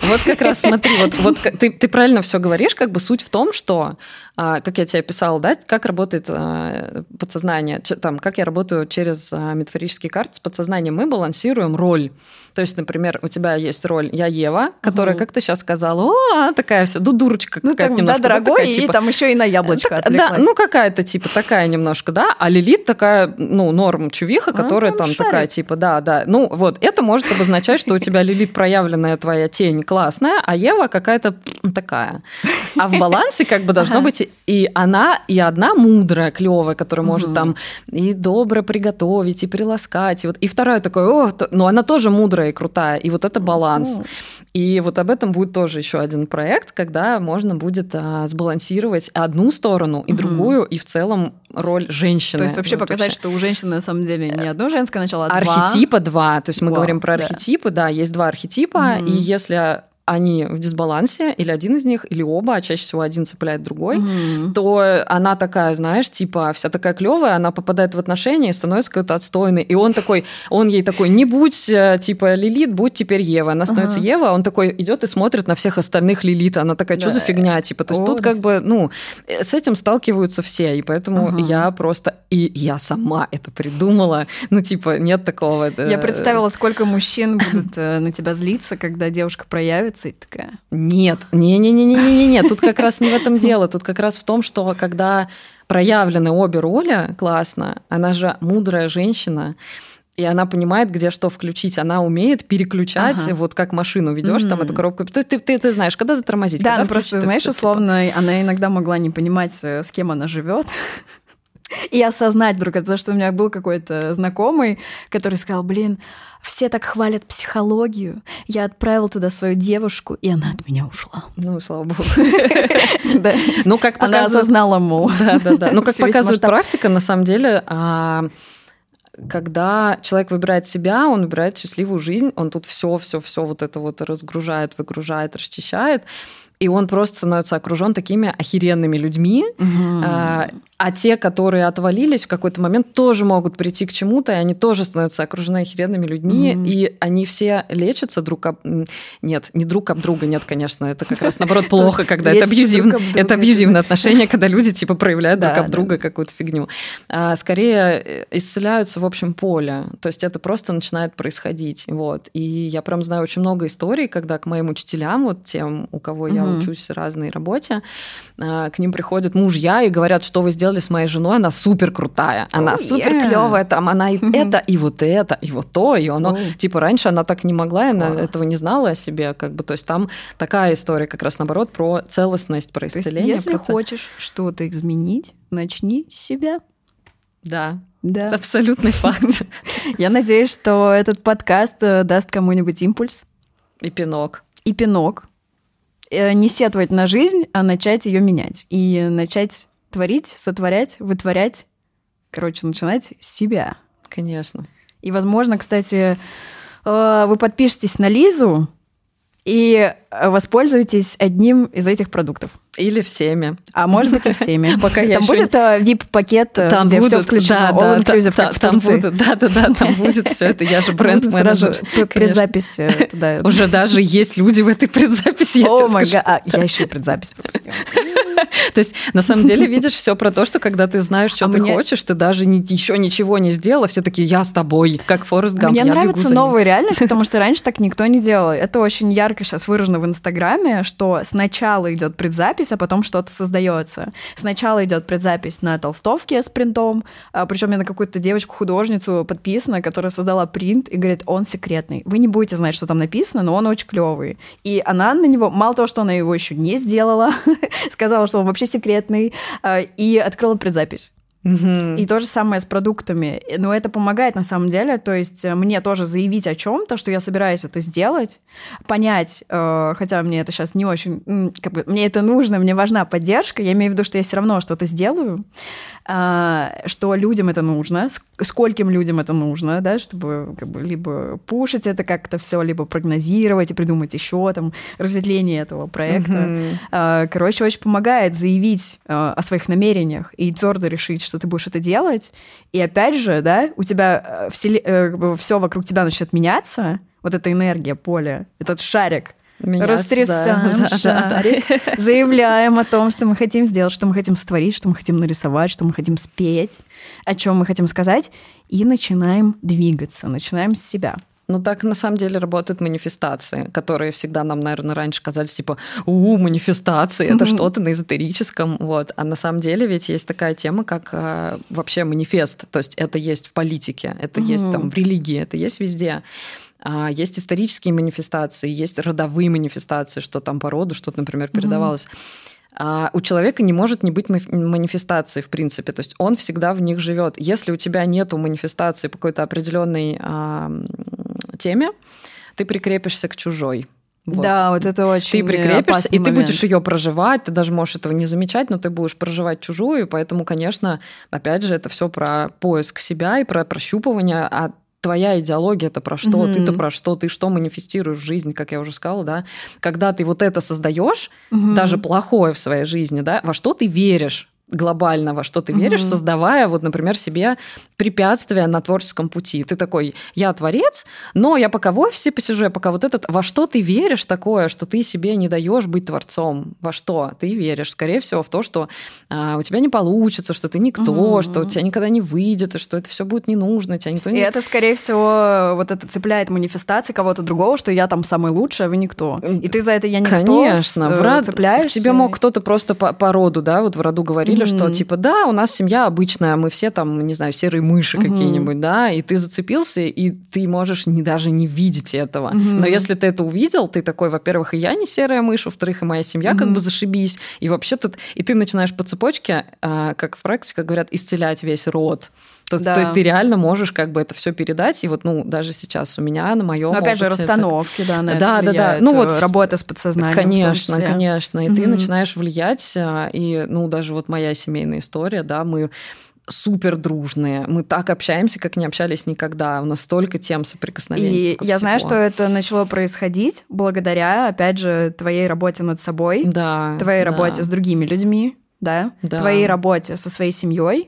Вот как раз смотри, вот, вот ты, ты правильно все говоришь, как бы суть в том, что, как я тебе писала, да, как работает подсознание, там, как я работаю через метафорические карты с подсознанием, мы балансируем роль. То есть, например, у тебя есть роль «я Ева», которая, угу. как ты сейчас сказала, о, такая вся, ну, дурочка ну, какая-то там, немножко. Да, дорогой, да, такая, и типа, там еще и на яблочко так, отвлеклась. Да, ну, какая-то, типа, такая немножко, да, а Лилит такая, ну, норм-чувиха, которая а, там шарик. Такая, типа, да, да. Ну, вот, это может обозначать, что у тебя Лилит проявленная твоя тень классная, а Ева какая-то такая. А в балансе как бы должно быть и она, и одна мудрая, клевая, которая может там и добро приготовить, и приласкать. И, вот, и вторая такая, о, ну, она тоже мудрая и крутая. И вот это баланс. И вот об этом будет тоже еще один проект, когда можно будет а, сбалансировать одну сторону и другую, и в целом роль женщины. То есть вообще вот показать, вообще. Что у женщины на самом деле не одно женское начало, а архетипа два. То есть мы Вау, говорим про да. архетипы, да, есть два архетипа, mm-hmm. и если они в дисбалансе, или один из них, или оба, а чаще всего один цепляет другой, mm-hmm. то она такая, знаешь, типа, вся такая клевая, она попадает в отношения и становится какой-то отстойной. И он такой, он ей такой, не будь, типа, Лилит, будь теперь Ева. Она становится uh-huh. Ева, а он такой идет и смотрит на всех остальных Лилит. Она такая, что да. за фигня? Типа, то есть О, тут да. как бы, ну, с этим сталкиваются все, и поэтому uh-huh. я просто, и я сама это придумала. Ну, типа, нет такого. Я представила, сколько мужчин будут на тебя злиться, когда девушка проявится. Такая. Нет, не-не-не-не-не-не, тут как раз не в этом дело, тут как раз в том, что когда проявлены обе роли, классно, она же мудрая женщина, и она понимает, где что включить, она умеет переключать, ага. вот как машину ведешь, mm-hmm. там эту коробку. Ты, ты, ты, ты знаешь, когда затормозить, да, когда ну просто, знаешь, всё, условно, типа. Она иногда могла не понимать, с кем она живет. И осознать вдруг, потому что у меня был какой-то знакомый, который сказал, блин, все так хвалят психологию, я отправил туда свою девушку, и она от меня ушла. Ну, слава богу. Ну, как она осознала, мол. Да-да-да. Ну, как показывает практика, на самом деле, когда человек выбирает себя, он выбирает счастливую жизнь, он тут все-все-все вот это вот разгружает, выгружает, расчищает, и он просто становится окружен такими охеренными людьми, угу. а, а те, которые отвалились в какой-то момент, тоже могут прийти к чему-то, и они тоже становятся окружены охеренными людьми, угу. и они все лечатся друг об... Нет, не друг об друга, нет, конечно, это как раз наоборот плохо, когда это абьюзивно, это абьюзивное отношение, когда люди типа проявляют друг об друга какую-то фигню. Скорее исцеляются в общем поле, то есть это просто начинает происходить, вот. И я прям знаю очень много историй, когда к моим учителям, вот тем, у кого я mm-hmm. учусь в разной работе, к ним приходят мужья и говорят, что вы сделали с моей женой, она супер крутая, она oh, супер yeah. клевая, там она и mm-hmm. это, и вот это, и вот то, и оно, oh. типа раньше она так не могла, она Класс. Этого не знала о себе, как бы, то есть там такая история как раз наоборот про целостность, про исцеление. То есть, если про... хочешь что-то изменить, начни с себя. Да. Да. Абсолютный факт. Я надеюсь, что этот подкаст даст кому-нибудь импульс. И пинок. И пинок. Не сетовать на жизнь, а начать ее менять. И начать творить, сотворять, вытворять. Короче, начинать с себя. Конечно. И, возможно, кстати, вы подпишетесь на Лизу и воспользуйтесь одним из этих продуктов. Или всеми. А может быть и всеми. Пока там я будет еще... ви ай пи-пакет, там где будут, все включено, да, all да, inclusive, да, как в там Турции. будут, да, да, да, там будет все это. Я же бренд-менеджер. Предзапись туда. Уже даже есть люди в этой предзаписи, я тебе скажу. А, я еще и предзапись пропустила. То есть, на самом деле, видишь, все про то, что когда ты знаешь, что а ты мне... хочешь, ты даже не, еще ничего не сделала, все такие, я с тобой, как Форест Гамп. Мне нравится новая реальность, потому что раньше так никто не делал. Это очень ярко сейчас выражено в Инстаграме, что сначала идет предзапись, а потом что-то создается. Сначала идет предзапись на толстовке с принтом, причем я на какую-то девочку-художницу подписана, которая создала принт и говорит, он секретный. Вы не будете знать, что там написано, но он очень клевый. И она на него, мало того, что она его еще не сделала, сказала, что он вообще секретный, и открыла предзапись. Mm-hmm. И то же самое с продуктами. Но это помогает на самом деле. То есть мне тоже заявить о чем-то, что я собираюсь это сделать, понять, э, хотя мне это сейчас не очень... Как бы, мне это нужно, мне важна поддержка. Я имею в виду, что я все равно что-то сделаю, э, что людям это нужно, скольким людям это нужно, да, чтобы как бы, либо пушить это как-то все, либо прогнозировать и придумать еще там разветвление этого проекта. Mm-hmm. Э, короче, очень помогает заявить э, о своих намерениях и твердо решить, что ты будешь это делать, и опять же, да, у тебя все вокруг тебя начнет меняться, вот эта энергия, поле, этот шарик, Меня растрясаем да, шарик, да, да. заявляем о том, что мы хотим сделать, что мы хотим сотворить, что мы хотим нарисовать, что мы хотим спеть, о чем мы хотим сказать, и начинаем двигаться, начинаем с себя. Ну, так на самом деле работают манифестации, которые всегда нам, наверное, раньше казались, типа, у, манифестации, это что-то на эзотерическом, вот. А на самом деле ведь есть такая тема, как э, вообще манифест, то есть это есть в политике, это mm-hmm. есть там в религии, это есть везде. А есть исторические манифестации, есть родовые манифестации, что там по роду что-то, например, передавалось. Mm-hmm. А у человека не может не быть манифестации, в принципе. То есть он всегда в них живет. Если у тебя нету манифестации по какой-то определенной а, теме, ты прикрепишься к чужой. Вот. Да, вот это очень Ты прикрепишься, и момент. Ты будешь ее проживать, ты даже можешь этого не замечать, но ты будешь проживать чужую, поэтому, конечно, опять же, это все про поиск себя и про прощупывание, а твоя идеология это про что, mm-hmm. ты-то про что, ты что манифестируешь в жизни, как я уже сказала, да, когда ты вот это создаешь, mm-hmm. даже плохое в своей жизни, да, во что ты веришь глобально, во что ты веришь, mm-hmm. создавая, вот, например, себе препятствия на творческом пути. Ты такой, я творец, но я пока в офисе посижу, я пока вот этот... Во что ты веришь такое, что ты себе не даешь быть творцом? Во что ты веришь? Скорее всего, в то, что а, у тебя не получится, что ты никто, mm-hmm. что у тебя никогда не выйдет, и что это все будет не нужно, тебя никто не... И это, скорее всего, вот это цепляет манифестации кого-то другого, что я там самый лучший, а вы никто. И ты за это я никто Конечно, в род... цепляешься. В тебе мог кто-то просто по, по роду, да, вот в роду говорили, mm-hmm. что типа, да, у нас семья обычная, мы все там, не знаю, серые мыши mm-hmm. какие-нибудь, да, и ты зацепился, и ты можешь не, даже не видеть этого. Mm-hmm. Но если ты это увидел, ты такой, во-первых, и я не серая мышь, во-вторых, и моя семья mm-hmm. как бы зашибись, и вообще тут... И ты начинаешь по цепочке, как в практике говорят, исцелять весь род. То, да. то есть ты реально можешь как бы это все передать, и вот, ну, даже сейчас у меня на моем опыте... опять же, расстановки, это... да, на да, это влияют, да, да. Ну, вот работа с подсознанием. Конечно, конечно. И mm-hmm. ты начинаешь влиять, и, ну, даже вот моя семейная история, да, мы супер дружные, мы так общаемся, как не общались никогда, у нас столько тем соприкосновений. И я всего. знаю, что это начало происходить благодаря, опять же, твоей работе над собой, да, твоей да. работе с другими людьми, да, да. твоей работе со своей семьей,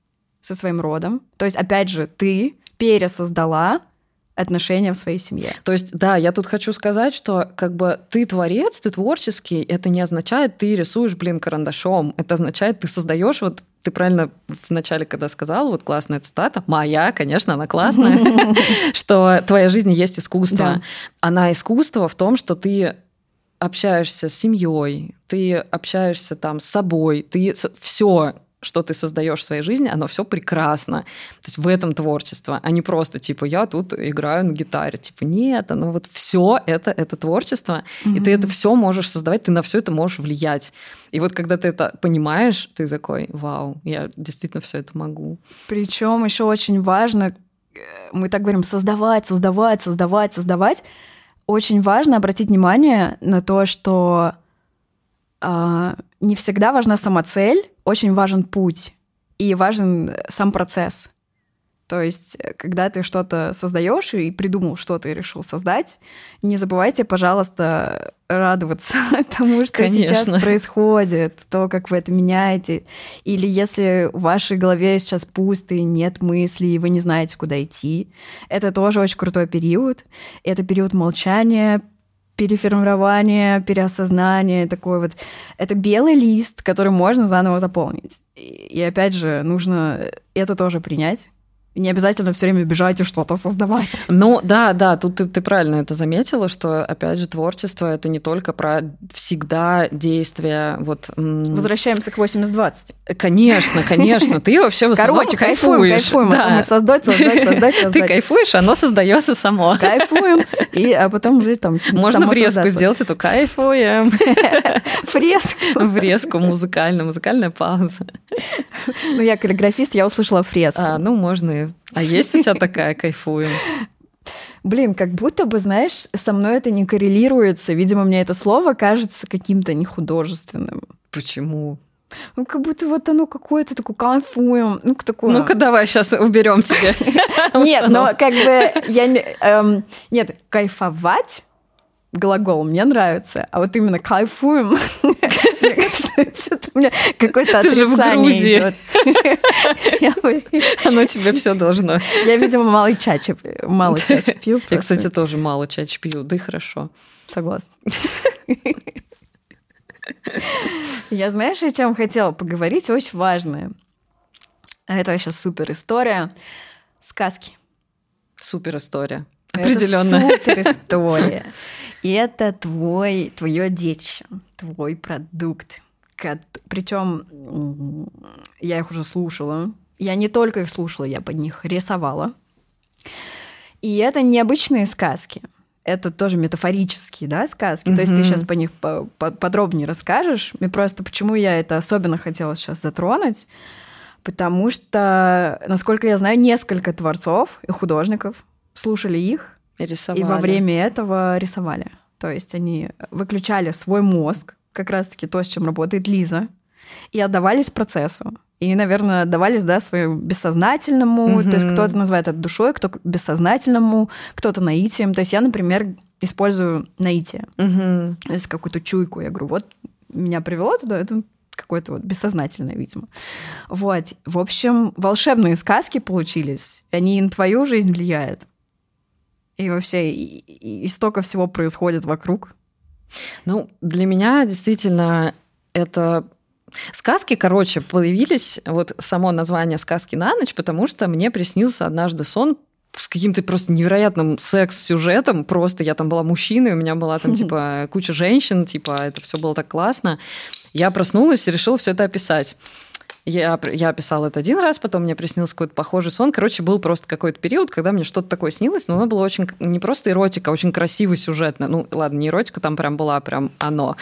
со своим родом. То есть, опять же, ты пересоздала отношения в своей семье. То есть, да, я тут хочу сказать, что как бы ты творец, ты творческий, это не означает, ты рисуешь, блин, карандашом. Это означает, ты создаешь вот ты правильно в начале, когда сказала, вот классная цитата, моя, конечно, она классная, что твоя жизнь есть искусство. Она искусство в том, что ты общаешься с семьей, ты общаешься там с собой, ты все, что ты создаешь в своей жизни, оно все прекрасно. То есть в этом творчество, а не просто типа я тут играю на гитаре. Типа нет, оно вот все это, это творчество, mm-hmm. и ты это все можешь создавать, ты на все это можешь влиять. И вот когда ты это понимаешь, ты такой, вау, я действительно все это могу. Причем еще очень важно, мы так говорим, создавать, создавать, создавать, создавать. Очень важно обратить внимание на то, что э, не всегда важна сама цель, очень важен путь и важен сам процесс. То есть, когда ты что-то создаешь и придумал, что ты решил создать, не забывайте, пожалуйста, радоваться тому, что Конечно. сейчас происходит, то, как вы это меняете. Или если в вашей голове сейчас пусто, и нет мыслей, и вы не знаете, куда идти, это тоже очень крутой период. Это период молчания, переформирование, переосознание, такой вот... Это белый лист, который можно заново заполнить. И опять же, нужно это тоже принять. Не обязательно все время бежать и что-то создавать. Ну да, да, тут ты, ты правильно это заметила, что, опять же, творчество — это не только про всегда действия. Вот, возвращаемся к восемьдесят двадцать. Конечно, конечно. Ты вообще в основном Короче, кайфуем, кайфуем. Да. Мы создать, создать, создать, создать. Ты кайфуешь, оно создается само. Кайфуем, и, а потом уже там... Можно врезку сделать эту кайфуем. Фреску. Врезку музыкальную, музыкальная пауза. Ну, я каллиграфист, я услышала фреску. А, ну, можно и... А есть у тебя такая кайфуем? Блин, как будто бы, знаешь, со мной это не коррелируется. Видимо, мне это слово кажется каким-то нехудожественным. Почему? Ну, как будто вот оно какое-то такое кайфуем. Ну, такое... Ну-ка, давай сейчас уберем тебе. Нет, но как бы я... Нет, кайфовать... Глагол мне нравится, а вот именно кайфуем, Мне кажется, что-то у меня какое-то Ты же в Грузии. идет. Оно тебе все должно. Я, видимо, малый чачи, малый чачи пью. Я, кстати, тоже мало чачи пью, да и хорошо. Согласна. Я, знаешь, о чем хотела поговорить? Очень важное. Это вообще супер история. Сказки. Супер история. Определенно. Это супер история. И это твой, твое детище, твой продукт. Причем я их уже слушала. Я не только их слушала, я под них рисовала. И это необычные сказки. Это тоже метафорические, да, сказки. Mm-hmm. То есть ты сейчас по них подробнее расскажешь. И просто почему я это особенно хотела сейчас затронуть. Потому что, насколько я знаю, несколько творцов и художников слушали их и, рисовали. И во время этого рисовали. То есть они выключали свой мозг, как раз-таки то, с чем работает Лиза, и отдавались процессу. И, наверное, отдавались, да, своему бессознательному. Mm-hmm. То есть кто-то называет это душой, кто бессознательному, кто-то наитием. То есть я, например, использую наитие. Mm-hmm. То есть какую-то чуйку. Я говорю, вот меня привело туда, это какое-то вот бессознательное, видимо. Вот. В общем, волшебные сказки получились. Они и на твою жизнь влияют. И вообще, и, и, и столько всего происходит вокруг. Ну, для меня действительно это... Сказки, короче, появились, вот само название «Сказки на ночь», потому что мне приснился однажды сон с каким-то просто невероятным секс-сюжетом. Просто я там была мужчиной, у меня была там типа куча женщин, типа это все было так классно. Я проснулась и решила все это описать. Я, я описала это один раз, потом мне приснился какой-то похожий сон. Короче, был просто какой-то период, когда мне что-то такое снилось, но оно было очень не просто эротика, а очень красиво, сюжетно. Ну, ладно, не эротика, там прям была прям оно.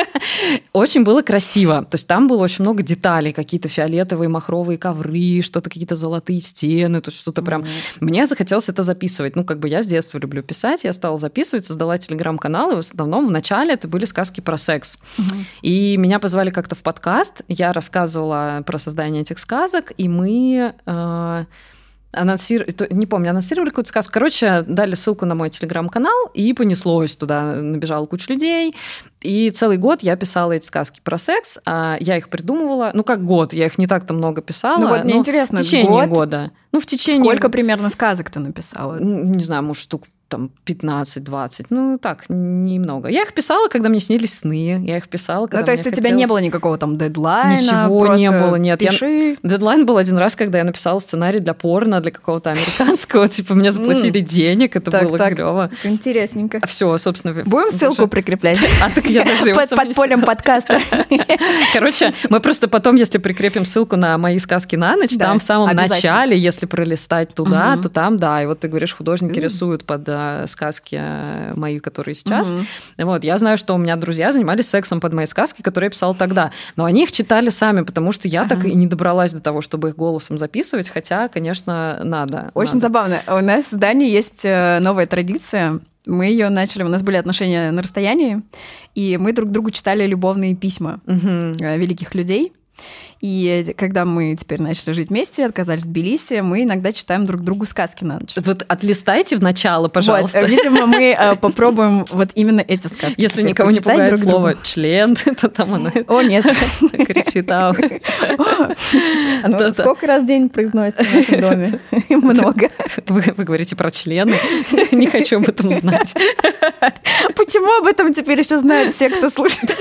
Очень было красиво. То есть там было очень много деталей, какие-то фиолетовые махровые ковры, что-то, какие-то золотые стены, то есть что-то прям... Мне захотелось это записывать. Ну, как бы я с детства люблю писать, я стала записывать, создала телеграм-канал, и в основном в начале это были сказки про секс. И меня позвали как-то в подкаст, я рассказывала про создание этих сказок, и мы э, анонсировали, не помню, анонсировали какую-то сказку. Короче, дали ссылку на мой телеграм-канал, и понеслось туда, набежала куча людей. И целый год я писала эти сказки про секс, а я их придумывала. Ну, как год, я их не так-то много писала. Ну, вот мне интересно, в течение год? года. Ну, в течение... Сколько примерно сказок ты написала? Не знаю, может, штук там пятнадцать-двадцать, ну так, немного. Я их писала, когда мне снились сны, я их писала, когда Ну, то есть у хотелось... тебя не было никакого там дедлайна? Ничего не было, нет. Пиши. Я... Дедлайн был один раз, когда я написала сценарий для порно, для какого-то американского, типа мне заплатили денег, это было клево. Интересненько. Все, собственно... Будем ссылку прикреплять? А так я даже... Под полем подкаста. Короче, мы просто потом, если прикрепим ссылку на мои сказки на ночь, там в самом начале, если пролистать туда, то там, да, и вот ты говоришь, художники рисуют под сказки мои, которые сейчас. Mm-hmm. Вот, я знаю, что у меня друзья занимались сексом под мои сказки, которые я писала тогда. Но они их читали сами, потому что я uh-huh. так и не добралась до того, чтобы их голосом записывать, хотя, конечно, надо. Очень надо. забавно. У нас в Дании есть новая традиция. Мы ее начали, у нас были отношения на расстоянии, и мы друг другу читали любовные письма uh-huh. великих людей. И когда мы теперь начали жить вместе, отказались в Тбилиси, мы иногда читаем друг другу сказки на ночь. Вот отлистайте в начало, пожалуйста. Вот, видимо, мы э, попробуем вот именно эти сказки. Если никого не пугает слово «член», то там оно О, нет. кричит «ау». Оно сколько раз в день произносится в нашем доме? Много. Вы говорите про члены? Не хочу об этом знать. Почему об этом теперь еще знают все, кто слушает?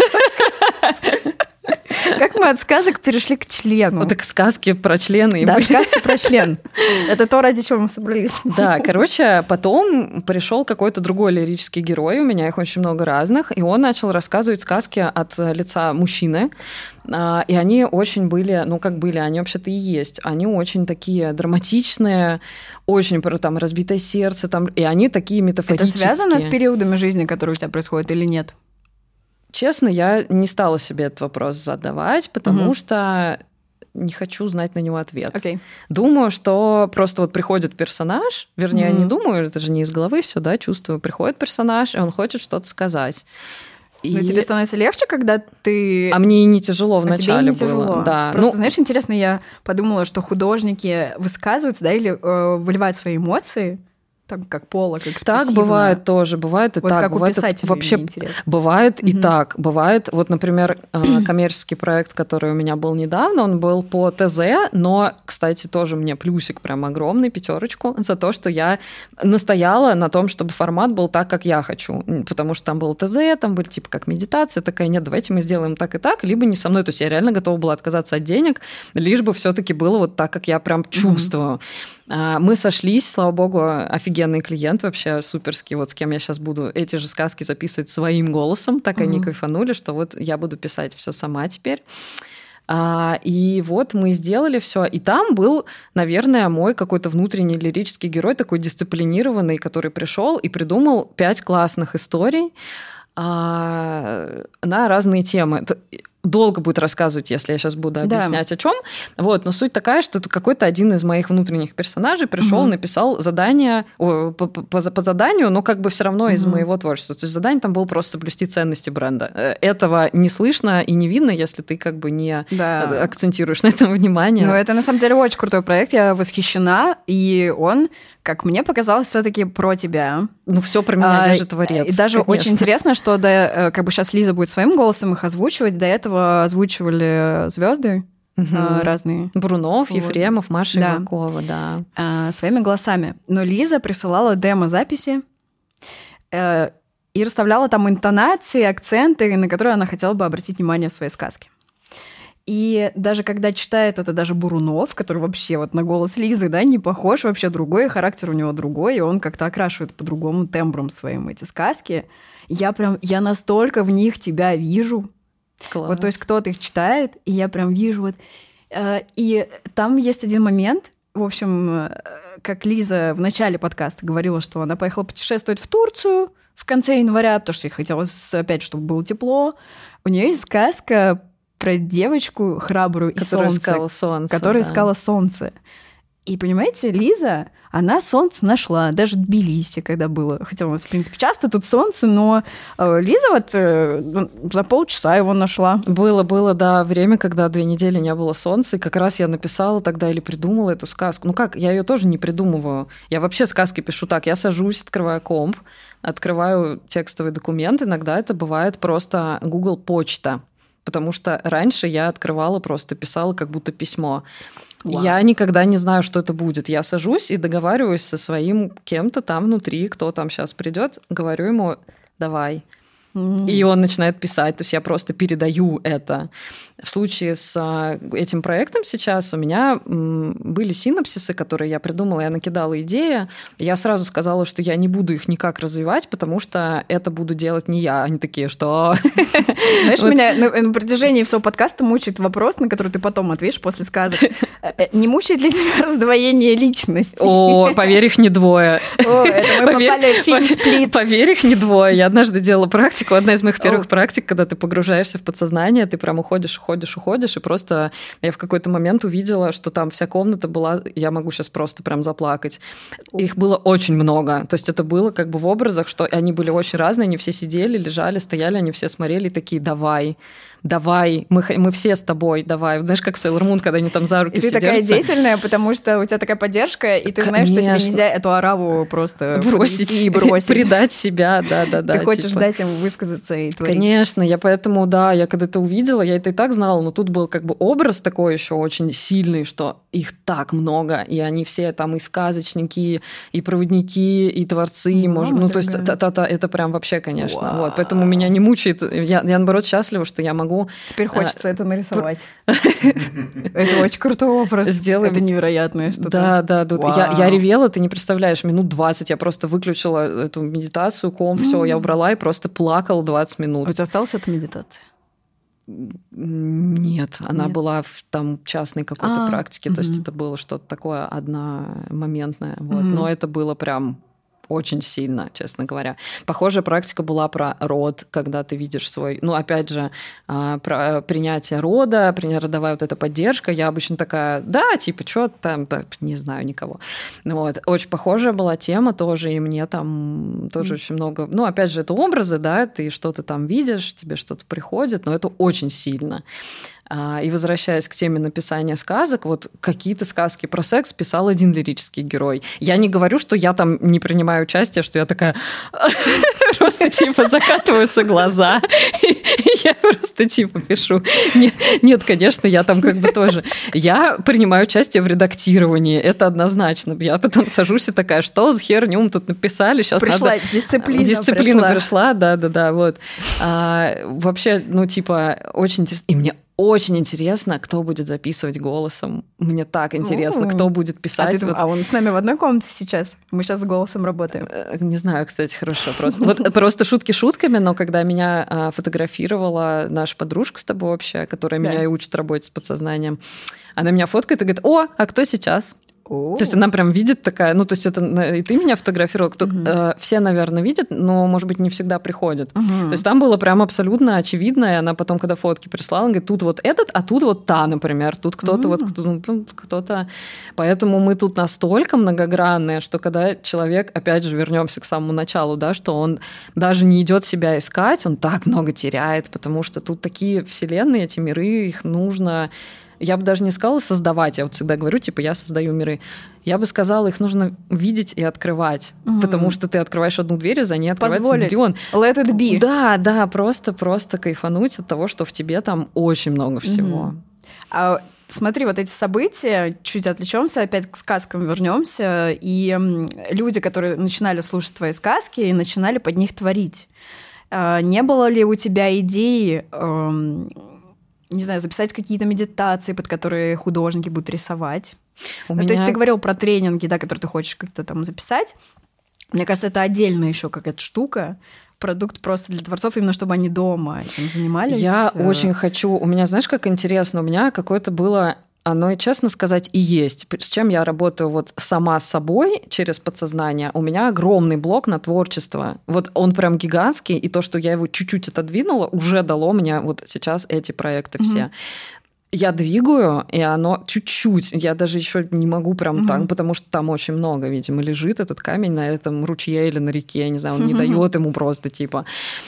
Как мы от сказок перешли к члену? Вот так сказки про члены. Да, сказки про член. Это то, ради чего мы собрались. Да, короче, потом пришел какой-то другой лирический герой, у меня их очень много разных, и он начал рассказывать сказки от лица мужчины, и они очень были, ну как были, они вообще-то и есть, они очень такие драматичные, очень про там разбитое сердце, там, и они такие метафорические. Это связано с периодами жизни, которые у тебя происходят, или нет? Честно, я не стала себе этот вопрос задавать, потому угу. что не хочу знать на него ответ. Okay. Думаю, что просто вот приходит персонаж, вернее, mm-hmm. не думаю, это же не из головы все, да, чувствую. Приходит персонаж, и он хочет что-то сказать. И... Но тебе становится легче, когда ты... А мне и не тяжело в а начале тебе не было. Тяжело. Да. Просто, ну... знаешь, интересно, я подумала, что художники высказываются, да, или э, выливают свои эмоции. Так, как полок, Так бывает тоже, бывает и вот так. Как бывает у писателей, вообще интересно. Бывает Mm-hmm. и так. Бывает, вот, например, коммерческий проект, который у меня был недавно, он был по ТЗ, но, кстати, тоже мне плюсик прям огромный, пятерочку, за то, что я настояла на том, чтобы формат был так, как я хочу. Потому что там был ТЗ, там были типа как медитация, такая, нет, давайте мы сделаем так и так, либо не со мной. То есть я реально готова была отказаться от денег, лишь бы все-таки было вот так, как я прям чувствую. Mm-hmm. Мы сошлись, слава богу, офигенно. Клиент вообще суперский, вот с кем я сейчас буду эти же сказки записывать своим голосом, так mm-hmm. они кайфанули, что вот я буду писать все сама теперь. А, и вот мы сделали все, и там был, наверное, мой какой-то внутренний лирический герой, такой дисциплинированный, который пришел и придумал пять классных историй а, на разные темы. Долго будет рассказывать, если я сейчас буду объяснять, да. о чем. Вот, но суть такая, что какой-то один из моих внутренних персонажей пришел, угу. написал задание о, по, по, по заданию, но как бы все равно угу. из моего творчества. То есть задание там было просто соблюсти ценности бренда. Этого не слышно и не видно, если ты как бы не да. акцентируешь на этом внимание. Ну, это на самом деле очень крутой проект, я восхищена, и он, как мне показалось, все-таки про тебя. Ну, все про меня, я же творец. И даже конечно. очень интересно, что да, как бы сейчас Лиза будет своим голосом их озвучивать, до этого озвучивали звезды угу. разные. Брунов, вот. Ефремов, Маша да. Ивакова, да. А, своими голосами. Но Лиза присылала демо-записи э, и расставляла там интонации, акценты, на которые она хотела бы обратить внимание в своей сказке. И даже когда читает это даже Бурунов, который вообще вот на голос Лизы, да, не похож, вообще другой, характер у него другой, и он как-то окрашивает по-другому тембром своим эти сказки, я прям, я настолько в них тебя вижу. Класс. Вот, то есть кто-то их читает, и я прям вижу вот... Э, и там есть один момент, в общем, э, как Лиза в начале подкаста говорила, что она поехала путешествовать в Турцию в конце января, потому что ей хотелось опять, чтобы было тепло. У нее есть сказка про девочку храбрую и которая солнце, искала солнце, которая да. искала солнце. И, понимаете, Лиза, она солнце нашла, даже в Тбилиси, когда было. Хотя у нас, в принципе, часто тут солнце, но Лиза вот за полчаса его нашла. Было, было, да, время, когда две недели не было солнца, и как раз я написала тогда или придумала эту сказку. Ну как, я ее тоже не придумываю. Я вообще сказки пишу так. Я сажусь, открываю комп, открываю текстовый документ. Иногда это бывает просто Google почта. Потому что раньше я открывала, просто писала как будто письмо. Wow. Я никогда не знаю, что это будет. Я сажусь и договариваюсь со своим кем-то там внутри, кто там сейчас придет, говорю ему, давай. Mm-hmm. И он начинает писать, то есть я просто передаю это. В случае с этим проектом сейчас у меня были синопсисы, которые я придумала, я накидала идеи. Я сразу сказала, что я не буду их никак развивать, потому что это буду делать не я. Они такие, что... Знаешь, меня на протяжении всего подкаста мучает вопрос, на который ты потом ответишь после сказок. Не мучает ли тебя раздвоение личности? О, поверь, их не двое. О, это мы попали в фильм «Сплит». Поверь, их не двое. Я однажды делала практику. Одна из моих первых oh. практик, когда ты погружаешься в подсознание, ты прям уходишь, уходишь, уходишь, и просто я в какой-то момент увидела, что там вся комната была, я могу сейчас просто прям заплакать. Oh. Их было очень много. То есть это было как бы в образах, что они были очень разные, они все сидели, лежали, стояли, они все смотрели и такие, давай, давай, мы, мы все с тобой, давай. Знаешь, как в Sailor Moon, когда они там за руки и все ты такая держатся. деятельная, потому что у тебя такая поддержка, и ты знаешь, Конечно. что тебе нельзя эту ораву просто бросить и бросить. Предать себя, да-да-да. Ты хочешь типа. дать им высказаться и творить. Конечно, я поэтому, да, я когда это увидела, я это и так знала, но тут был как бы образ такой еще очень сильный, что их так много, и они все там и сказочники, и проводники, и творцы, Мама может, ну, то есть дорогая. это, это, это прям вообще, конечно. Вау. Вот, поэтому меня не мучает, я, я, наоборот, счастлива, что я могу... Теперь хочется это нарисовать. Это очень крутой образ. Сделаем. Это невероятное что-то. Да, да, да. Я, я ревела, ты не представляешь, минут двадцать я просто выключила эту медитацию, ком, все, я убрала и просто плакала двадцать минут. У тебя осталась эта медитация? Нет, она Нет. была в там частной какой-то А, практике, угу. то есть это было что-то такое одномоментное, вот. Угу. Но это было прям очень сильно, честно говоря. Похожая практика была про род, когда ты видишь свой... Ну, опять же, про принятие рода, родовая вот эта поддержка. Я обычно такая, да, типа, что там, не знаю никого. Вот. Очень похожая была тема тоже, и мне там тоже mm. очень много... Ну, опять же, это образы, да, ты что-то там видишь, тебе что-то приходит, но это очень сильно. И возвращаясь к теме написания сказок, вот какие-то сказки про секс писал один лирический герой. Я не говорю, что я там не принимаю участие, что я такая просто типа закатываются глаза, я просто типа пишу. Нет, нет, конечно, я там как бы тоже. Я принимаю участие в редактировании, это однозначно. Я потом сажусь и такая, что за херню мы тут написали? Сейчас пришла надо... дисциплина. Дисциплина пришла, пришла да-да-да, вот. А, вообще, ну типа, очень интересно. И мне очень интересно, кто будет записывать голосом. Мне так интересно, кто будет писать. А, ты, вот... а он с нами в одной комнате сейчас? Мы сейчас с голосом работаем. Не знаю, кстати, хорошо вопрос. Вот просто шутки шутками, но когда меня а, фотографировала наша подружка с тобой общая, которая да. меня и учит работать с подсознанием, она меня фоткает и говорит, о, а кто сейчас? О. То есть она прям видит такая, ну, то есть это и ты меня фотографировал, кто, угу. э, все, наверное, видят, но, может быть, не всегда приходят. Угу. То есть там было прям абсолютно очевидно, и она потом, когда фотки прислала, она говорит, тут вот этот, а тут вот та, например, тут кто-то угу. вот, кто, кто-то... Поэтому мы тут настолько многогранные, что когда человек, опять же, вернемся к самому началу, да, что он даже не идет себя искать, он так много теряет, потому что тут такие вселенные, эти миры, их нужно... Я бы даже не сказала создавать, я вот всегда говорю, типа, я создаю миры. Я бы сказала, их нужно видеть и открывать, угу. потому что ты открываешь одну дверь, и за ней открывается Позволить. миллион. Let it be. Да, да, просто, просто кайфануть от того, что в тебе там очень много всего. Угу. А смотри, вот эти события, чуть отвлечемся, опять к сказкам вернемся, и люди, которые начинали слушать твои сказки и начинали под них творить. Не было ли у тебя идеи... не знаю, записать какие-то медитации, под которые художники будут рисовать. У ну, меня... То есть ты говорил про тренинги, да, которые ты хочешь как-то там записать. Мне кажется, это отдельная еще какая-то штука, продукт просто для творцов, именно чтобы они дома этим занимались. Я очень хочу... У меня, знаешь, как интересно, у меня какое-то было... Оно, честно сказать, и есть. С чем я работаю вот сама с собой через подсознание, у меня огромный блок на творчество. Вот он прям гигантский, и то, что я его чуть-чуть отодвинула, уже дало мне вот сейчас эти проекты все. Mm-hmm. Я двигаю, и оно чуть-чуть, я даже еще не могу прям mm-hmm. так, потому что там очень много, видимо, лежит этот камень на этом ручье или на реке, я не знаю, он mm-hmm. не дает ему просто типа...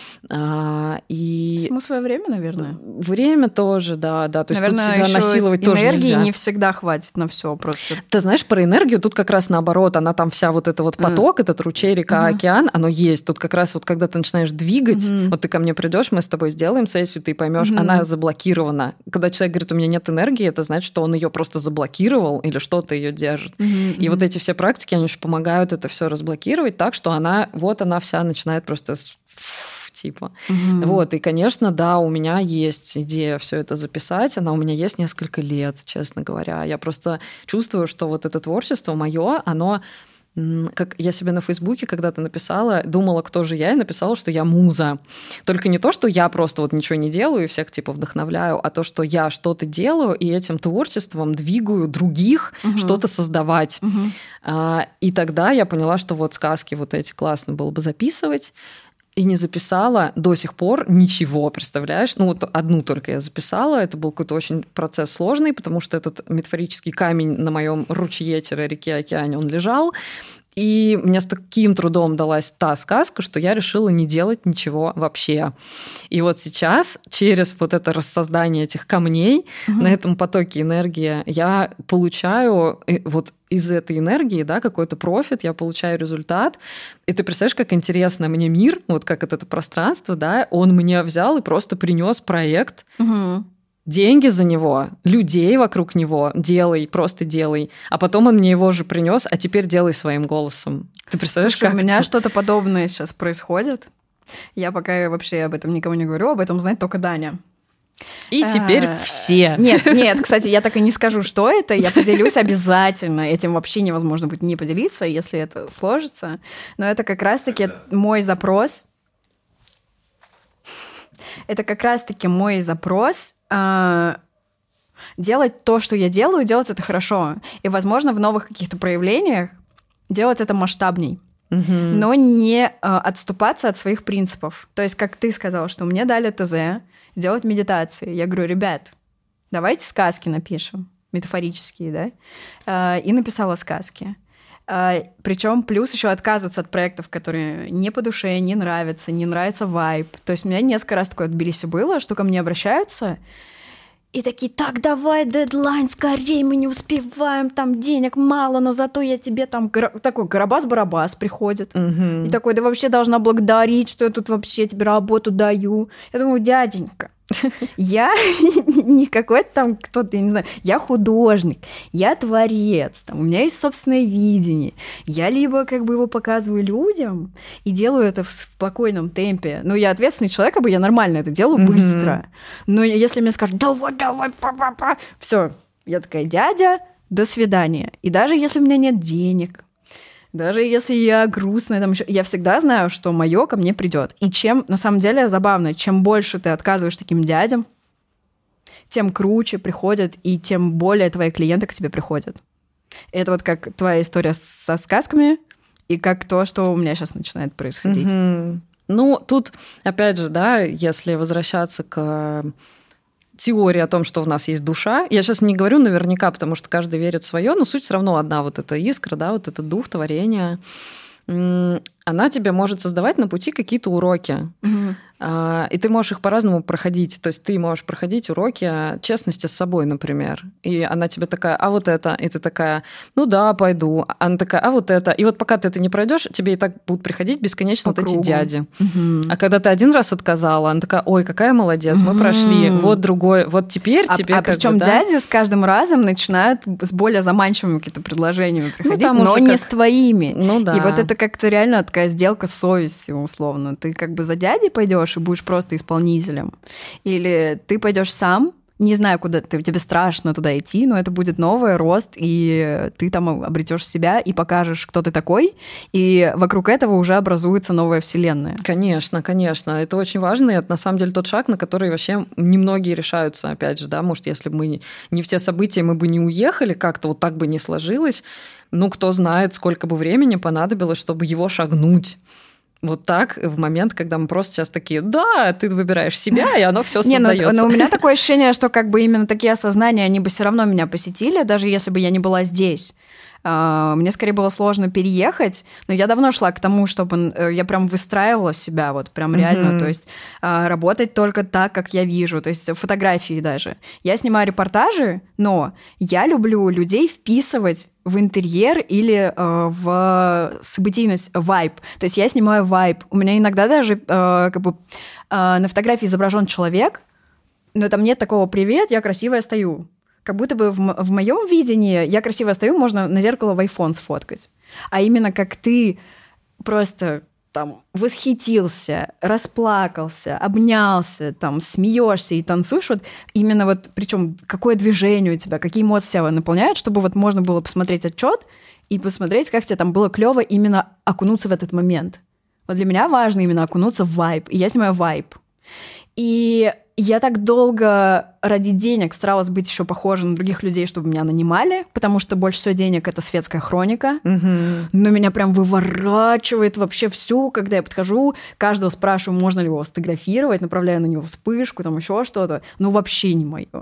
А, и... Всему свое время, наверное. Время тоже, да, да. То есть наверное, тут себя насиловать тоже нельзя. Энергии не всегда хватит на все просто. Ты знаешь, про энергию тут как раз наоборот, она там вся вот это вот поток, mm. этот ручей, река, mm-hmm. океан, оно есть. Тут как раз вот когда ты начинаешь двигать, mm-hmm. вот ты ко мне придешь, мы с тобой сделаем сессию, ты поймешь, mm-hmm. она заблокирована. Когда человек говорит, у меня нет энергии, это значит, что он ее просто заблокировал или что-то ее держит. Mm-hmm. И вот эти все практики, они очень помогают это все разблокировать так, что она, вот она вся начинает просто... типа. Mm-hmm. Вот, и, конечно, да, у меня есть идея все это записать, она у меня есть несколько лет, честно говоря. Я просто чувствую, что вот это творчество мое, оно, как я себе на Фейсбуке когда-то написала, думала, кто же я, и написала, что я муза. Только не то, что я просто вот ничего не делаю и всех типа вдохновляю, а то, что я что-то делаю и этим творчеством двигаю других mm-hmm. что-то создавать. Mm-hmm. А, и тогда я поняла, что вот сказки вот эти классно было бы записывать. И не записала до сих пор ничего, представляешь? Ну, вот одну только я записала. Это был какой-то очень процесс сложный, потому что этот метафорический камень на моем ручье-реке, океане, он лежал. И мне с таким трудом далась та сказка, что я решила не делать ничего вообще. И вот сейчас, через вот это рассоздание этих камней, угу. на этом потоке энергии, я получаю вот из этой энергии, да, какой-то профит, я получаю результат. И ты представляешь, как интересно мне мир, вот как это пространство, да, он мне взял и просто принес проект, угу. деньги за него, людей вокруг него, делай, просто делай. А потом он мне его же принес, а теперь делай своим голосом. Ты представляешь, Слушай, как... у меня это... что-то подобное сейчас происходит. Я пока вообще об этом никому не говорю, об этом знает только Даня. И теперь а, все. Нет, нет, кстати, я так и не скажу, что это. Я поделюсь обязательно. Этим вообще невозможно будет не поделиться, если это сложится. Но это как раз-таки мой запрос. Это как раз-таки мой запрос э, делать то, что я делаю, делать это хорошо. И, возможно, в новых каких-то проявлениях делать это масштабней. Mm-hmm. Но не э, отступаться от своих принципов. То есть, как ты сказала, что мне дали ТЗ делать медитации. Я говорю, ребят, давайте сказки напишем, метафорические, да? Э, и написала сказки. Uh, причем плюс еще отказываться от проектов, которые не по душе, не нравятся, не нравится вайб. То есть у меня несколько раз такое в Тбилиси было, что ко мне обращаются, И такие, так, давай, дедлайн, скорее, мы не успеваем, там денег мало, но зато я тебе там... Такой Карабас-Барабас приходит. Угу. И такой, да вообще должна благодарить, что я тут вообще тебе работу даю. Я думаю, дяденька, я не какой-то там кто-то, я не знаю, я художник, я творец, там, у меня есть собственное видение. Я либо как бы его показываю людям и делаю это в спокойном темпе. Ну, я ответственный человек, как бы я нормально это делаю mm-hmm. быстро. Но если мне скажут, давай, давай, па-па-па, все, я такая, дядя, до свидания. И даже если у меня нет денег, даже если я грустная, там еще, я всегда знаю, что мое ко мне придет. И чем, на самом деле, забавно, чем больше ты отказываешь таким дядям, тем круче приходят, и тем более твои клиенты к тебе приходят. И это вот как твоя история со сказками, и как то, что у меня сейчас начинает происходить. Mm-hmm. Ну, тут, опять же, да, если возвращаться к... теория о том, что в нас есть душа. Я сейчас не говорю наверняка, потому что каждый верит в свое, но суть все равно одна. Вот эта искра, да, вот этот дух творения, она тебе может создавать на пути какие-то уроки. Угу. И ты можешь их по-разному проходить. То есть ты можешь проходить уроки честности с собой, например. И она тебе такая, а вот это. И ты такая, ну да, пойду. Она такая, а вот это. И вот пока ты это не пройдешь, тебе и так будут приходить бесконечно по вот кругу. Эти дяди. Угу. А когда ты один раз отказала, она такая, ой, какая молодец, угу. мы прошли. Вот другой, вот теперь а, тебе а как причем бы, да? дяди с каждым разом начинают с более заманчивыми какими-то предложениями приходить, ну, но не как... с твоими. Ну да. И вот это как-то реально такая сделка с совестью, условно. Ты как бы за дядей пойдешь и будешь просто исполнителем. Или ты пойдешь сам, не знаю, куда ты, тебе страшно туда идти, но это будет новый рост, и ты там обретешь себя и покажешь, кто ты такой, и вокруг этого уже образуется новая вселенная. Конечно, конечно. Это очень важно, и это на самом деле тот шаг, на который вообще немногие решаются, опять же, да, может, если бы мы не в те события, мы бы не уехали, как-то вот так бы не сложилось, ну, кто знает, сколько бы времени понадобилось, чтобы его шагнуть. Вот так, в момент, когда мы просто сейчас такие, да, ты выбираешь себя, и оно все создается. Не, но у меня такое ощущение, что как бы именно такие осознания, они бы все равно меня посетили, даже если бы я не была здесь. Мне скорее было сложно переехать, но я давно шла к тому, чтобы я прям выстраивала себя, вот прям реально, mm-hmm. то есть работать только так, как я вижу, то есть фотографии даже. Я снимаю репортажи, но я люблю людей вписывать в интерьер или э, в событийность, вайб. То есть я снимаю вайб. У меня иногда даже э, как бы э, на фотографии изображен человек, но там нет такого «привет, я красивая стою». Как будто бы в, в моем видении я красиво стою, можно на зеркало в iPhone сфоткать. А именно как ты просто там восхитился, расплакался, обнялся, там смеешься и танцуешь, вот именно вот, причем какое движение у тебя, какие эмоции тебя наполняют, чтобы вот можно было посмотреть отчет и посмотреть, как тебе там было клево именно окунуться в этот момент. Вот для меня важно именно окунуться в вайб, и я снимаю вайб. И я так долго ради денег старалась быть еще похожа на других людей, чтобы меня нанимали, потому что больше всего денег — это светская хроника. Mm-hmm. Но меня прям выворачивает вообще всю, когда я подхожу, каждого спрашиваю, можно ли его сфотографировать, направляю на него вспышку, там еще что-то. Ну, вообще не мое.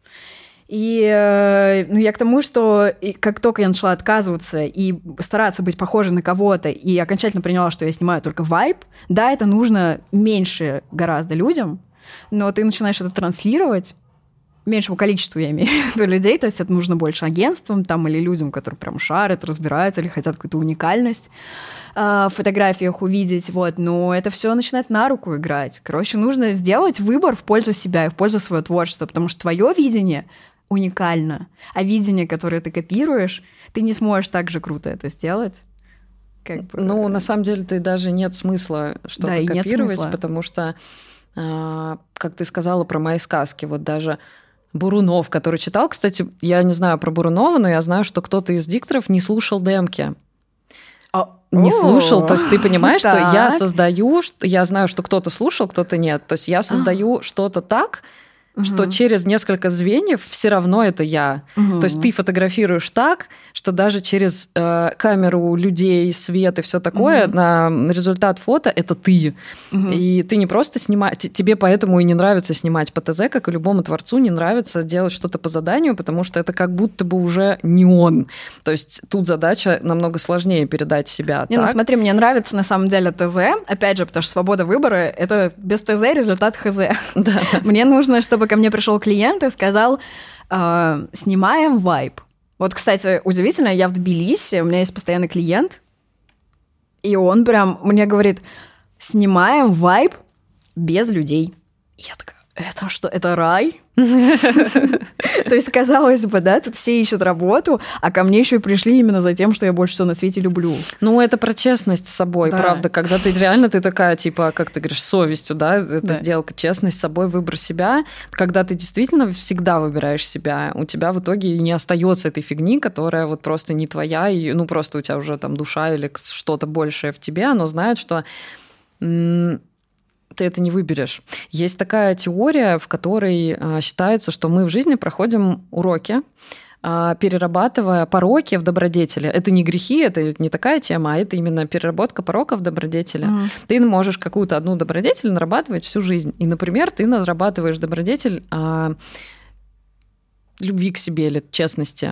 И ну, я к тому, что как только я начала отказываться и стараться быть похожей на кого-то, и окончательно приняла, что я снимаю только вайб, да, это нужно меньше гораздо людям, но ты начинаешь это транслировать, меньшему количеству, я имею в виду, людей, то есть это нужно больше агентствам там, или людям, которые прям шарят, разбираются, или хотят какую-то уникальность э, в фотографиях увидеть, вот, но это все начинает на руку играть. Короче, нужно сделать выбор в пользу себя и в пользу своего творчества, потому что твое видение уникально, а видение, которое ты копируешь, ты не сможешь так же круто это сделать. Как бы... Ну, на самом деле, ты даже нет смысла что-то да, копировать, потому что, э, как ты сказала про мои сказки, вот даже Бурунов, который читал, кстати, я не знаю про Бурунова, но я знаю, что кто-то из дикторов не слушал демки. Не слушал, то есть ты понимаешь, что я создаю, я знаю, что кто-то слушал, кто-то нет, то есть я создаю что-то так, что угу. через несколько звеньев все равно это я. Угу. То есть ты фотографируешь так, что даже через э, камеру людей, свет и все такое, угу. на результат фото это ты. Угу. И ты не просто снимаешь... Тебе поэтому и не нравится снимать по ТЗ, как и любому творцу не нравится делать что-то по заданию, потому что это как будто бы уже не он. То есть тут задача намного сложнее передать себя. Не, ну смотри, мне нравится на самом деле ТЗ, опять же, потому что свобода выбора — это без ТЗ результат ХЗ. Да. Мне нужно, чтобы чтобы ко мне пришел клиент и сказал, э, снимаем вайб. Вот, кстати, удивительно, я в Тбилиси, у меня есть постоянный клиент, и он прям мне говорит, снимаем вайб без людей. Я такая, это что, это рай? То есть, казалось бы, да, тут все ищут работу, а ко мне еще и пришли именно за тем, что я больше всего на свете люблю. Ну, это про честность с собой, Да. правда. Когда ты реально, ты такая, типа, как ты говоришь, совестью, да, это Да. сделка, честность с собой, выбор себя. Когда ты действительно всегда выбираешь себя, у тебя в итоге не остается этой фигни, которая вот просто не твоя, и, ну, просто у тебя уже там душа или что-то большее в тебе, оно знает, что... М- ты это не выберешь. Есть такая теория, в которой а, считается, что мы в жизни проходим уроки, а, перерабатывая пороки в добродетели. Это не грехи, это не такая тема, а это именно переработка пороков в добродетели. Mm. Ты можешь какую-то одну добродетель нарабатывать всю жизнь. И, например, ты нарабатываешь добродетель а, любви к себе или честности,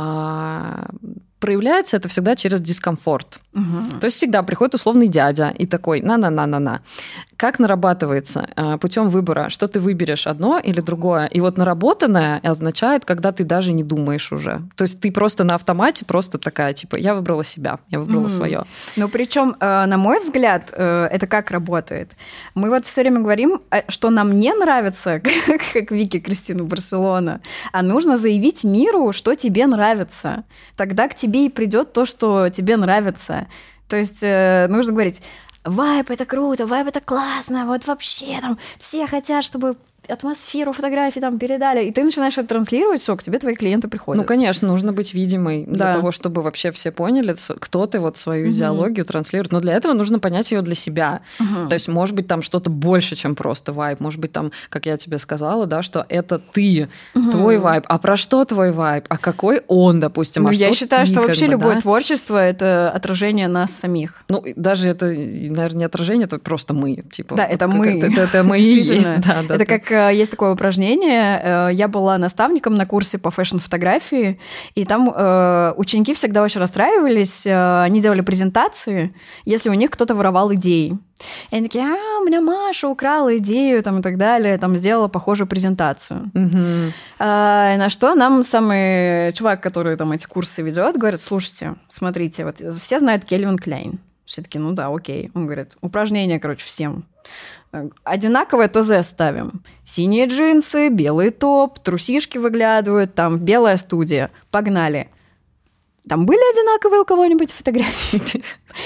а проявляется это всегда через дискомфорт. Угу. То есть всегда приходит условный дядя и такой на-на-на-на-на. Как нарабатывается? Путем выбора. Что ты выберешь, одно или другое? И вот наработанное означает, когда ты даже не думаешь уже. То есть ты просто на автомате, просто такая, типа, я выбрала себя, я выбрала угу. свое. Ну, причем, на мой взгляд, это как работает? Мы вот все время говорим, что нам не нравится, как Вики Кристина Барселона, а нужно заявить миру, что тебе нравится. Тогда к тебе и придет то, что тебе нравится. То есть э, нужно говорить, вайб, это круто, вайб, это классно, вот вообще там все хотят, чтобы атмосферу фотографии там передали, и ты начинаешь это транслировать, все, к тебе твои клиенты приходят. Ну, конечно, нужно быть видимой да. для того, чтобы вообще все поняли, кто ты вот свою угу. идеологию транслирует. Но для этого нужно понять ее для себя. Угу. То есть, может быть, там что-то больше, чем просто вайб. Может быть, там, как я тебе сказала, да, что это ты, угу. твой вайб. А про что твой вайб? А какой он, допустим? Ну, а я что считаю, ты, что вообще бы, любое да? творчество — это отражение нас самих. Ну, даже это, наверное, не отражение, это просто мы. Типа, да, вот это как, мы. Это, это мы и есть. Да, да, это да. как есть такое упражнение. Я была наставником на курсе по фэшн-фотографии, и там э, ученики всегда очень расстраивались. Э, они делали презентации, если у них кто-то воровал идеи. И они такие, а, у меня Маша украла идею там, и так далее, там сделала похожую презентацию. Mm-hmm. А, на что нам самый чувак, который там эти курсы ведет, говорит, слушайте, смотрите, вот все знают Кельвин Кляйн. Все таки, ну да, окей. Он говорит, упражнение, короче, всем. Одинаковое ТЗ ставим. Синие джинсы, белый топ, трусишки выглядывают, там белая студия. Погнали. Там были одинаковые у кого-нибудь фотографии?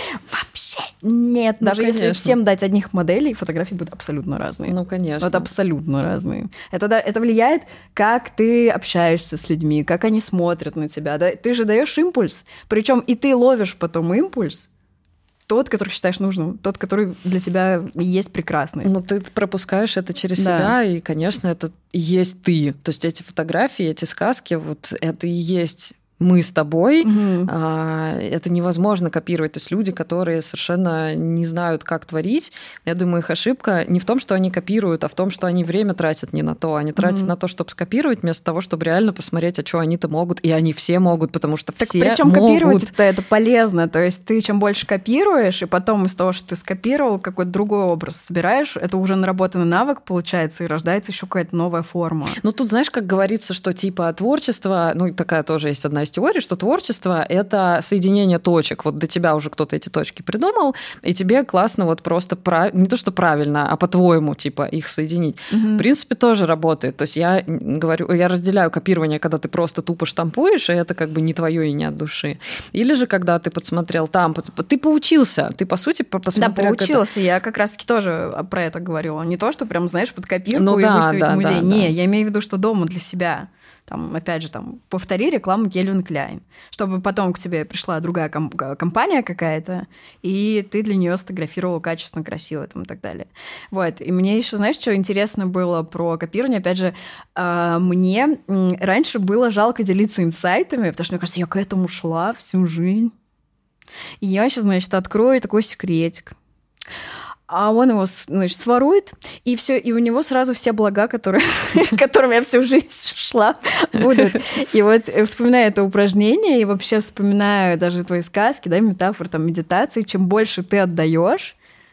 Вообще нет. Ну, даже конечно. если всем дать одних моделей, фотографии будут абсолютно разные. Ну, конечно. Вот абсолютно разные. Это, да, это влияет, как ты общаешься с людьми, как они смотрят на тебя. Да? Ты же даешь импульс, причем и ты ловишь потом импульс, тот, который считаешь нужным, тот, который для тебя есть прекрасный. Ну, ты пропускаешь это через да. себя, и, конечно, это и есть ты. То есть эти фотографии, эти сказки, вот это и есть мы с тобой. Угу. А, это невозможно копировать. То есть люди, которые совершенно не знают, как творить, я думаю, их ошибка не в том, что они копируют, а в том, что они время тратят не на то. Они тратят угу. на то, чтобы скопировать, вместо того, чтобы реально посмотреть, а что они-то могут. И они все могут, потому что так все причем могут. Копировать это, это полезно. То есть ты чем больше копируешь, и потом из того, что ты скопировал, какой-то другой образ собираешь, это уже наработанный навык получается, и рождается еще какая-то новая форма. Ну, тут, знаешь, как говорится, что типа творчество, ну, такая тоже есть одна из теорий, что творчество — это соединение точек. Вот до тебя уже кто-то эти точки придумал, и тебе классно вот просто прав... не то, что правильно, а по-твоему, типа, их соединить. Угу. В принципе, тоже работает. То есть я говорю, я разделяю копирование, когда ты просто тупо штампуешь, и это как бы не твое и не от души. Или же, когда ты подсмотрел там, ты поучился, ты, по сути, посмотрел... Да, поучился. Это... Я как раз-таки тоже про это говорила. Не то, что прям, знаешь, под копирку ну, и да, выставить да, в музей. Да, не, да. я имею в виду, что дома для себя. Там, опять же, там, повтори рекламу Кельвин Кляйн, чтобы потом к тебе пришла другая комп- компания какая-то, и ты для нее сфотографировал качественно, красиво там, и так далее. Вот. И мне еще, знаешь, что интересно было про копирование? Опять же, э, мне раньше было жалко делиться инсайтами, потому что, мне кажется, я к этому шла всю жизнь. И я сейчас, значит, открою такой секретик. А он его, значит, сворует, и все, и у него сразу все блага, которые, которыми я всю жизнь шла, будут. И вот вспоминая это упражнение, и вообще вспоминаю даже твои сказки, да, метафоры, там, медитации, чем больше ты отдаешь,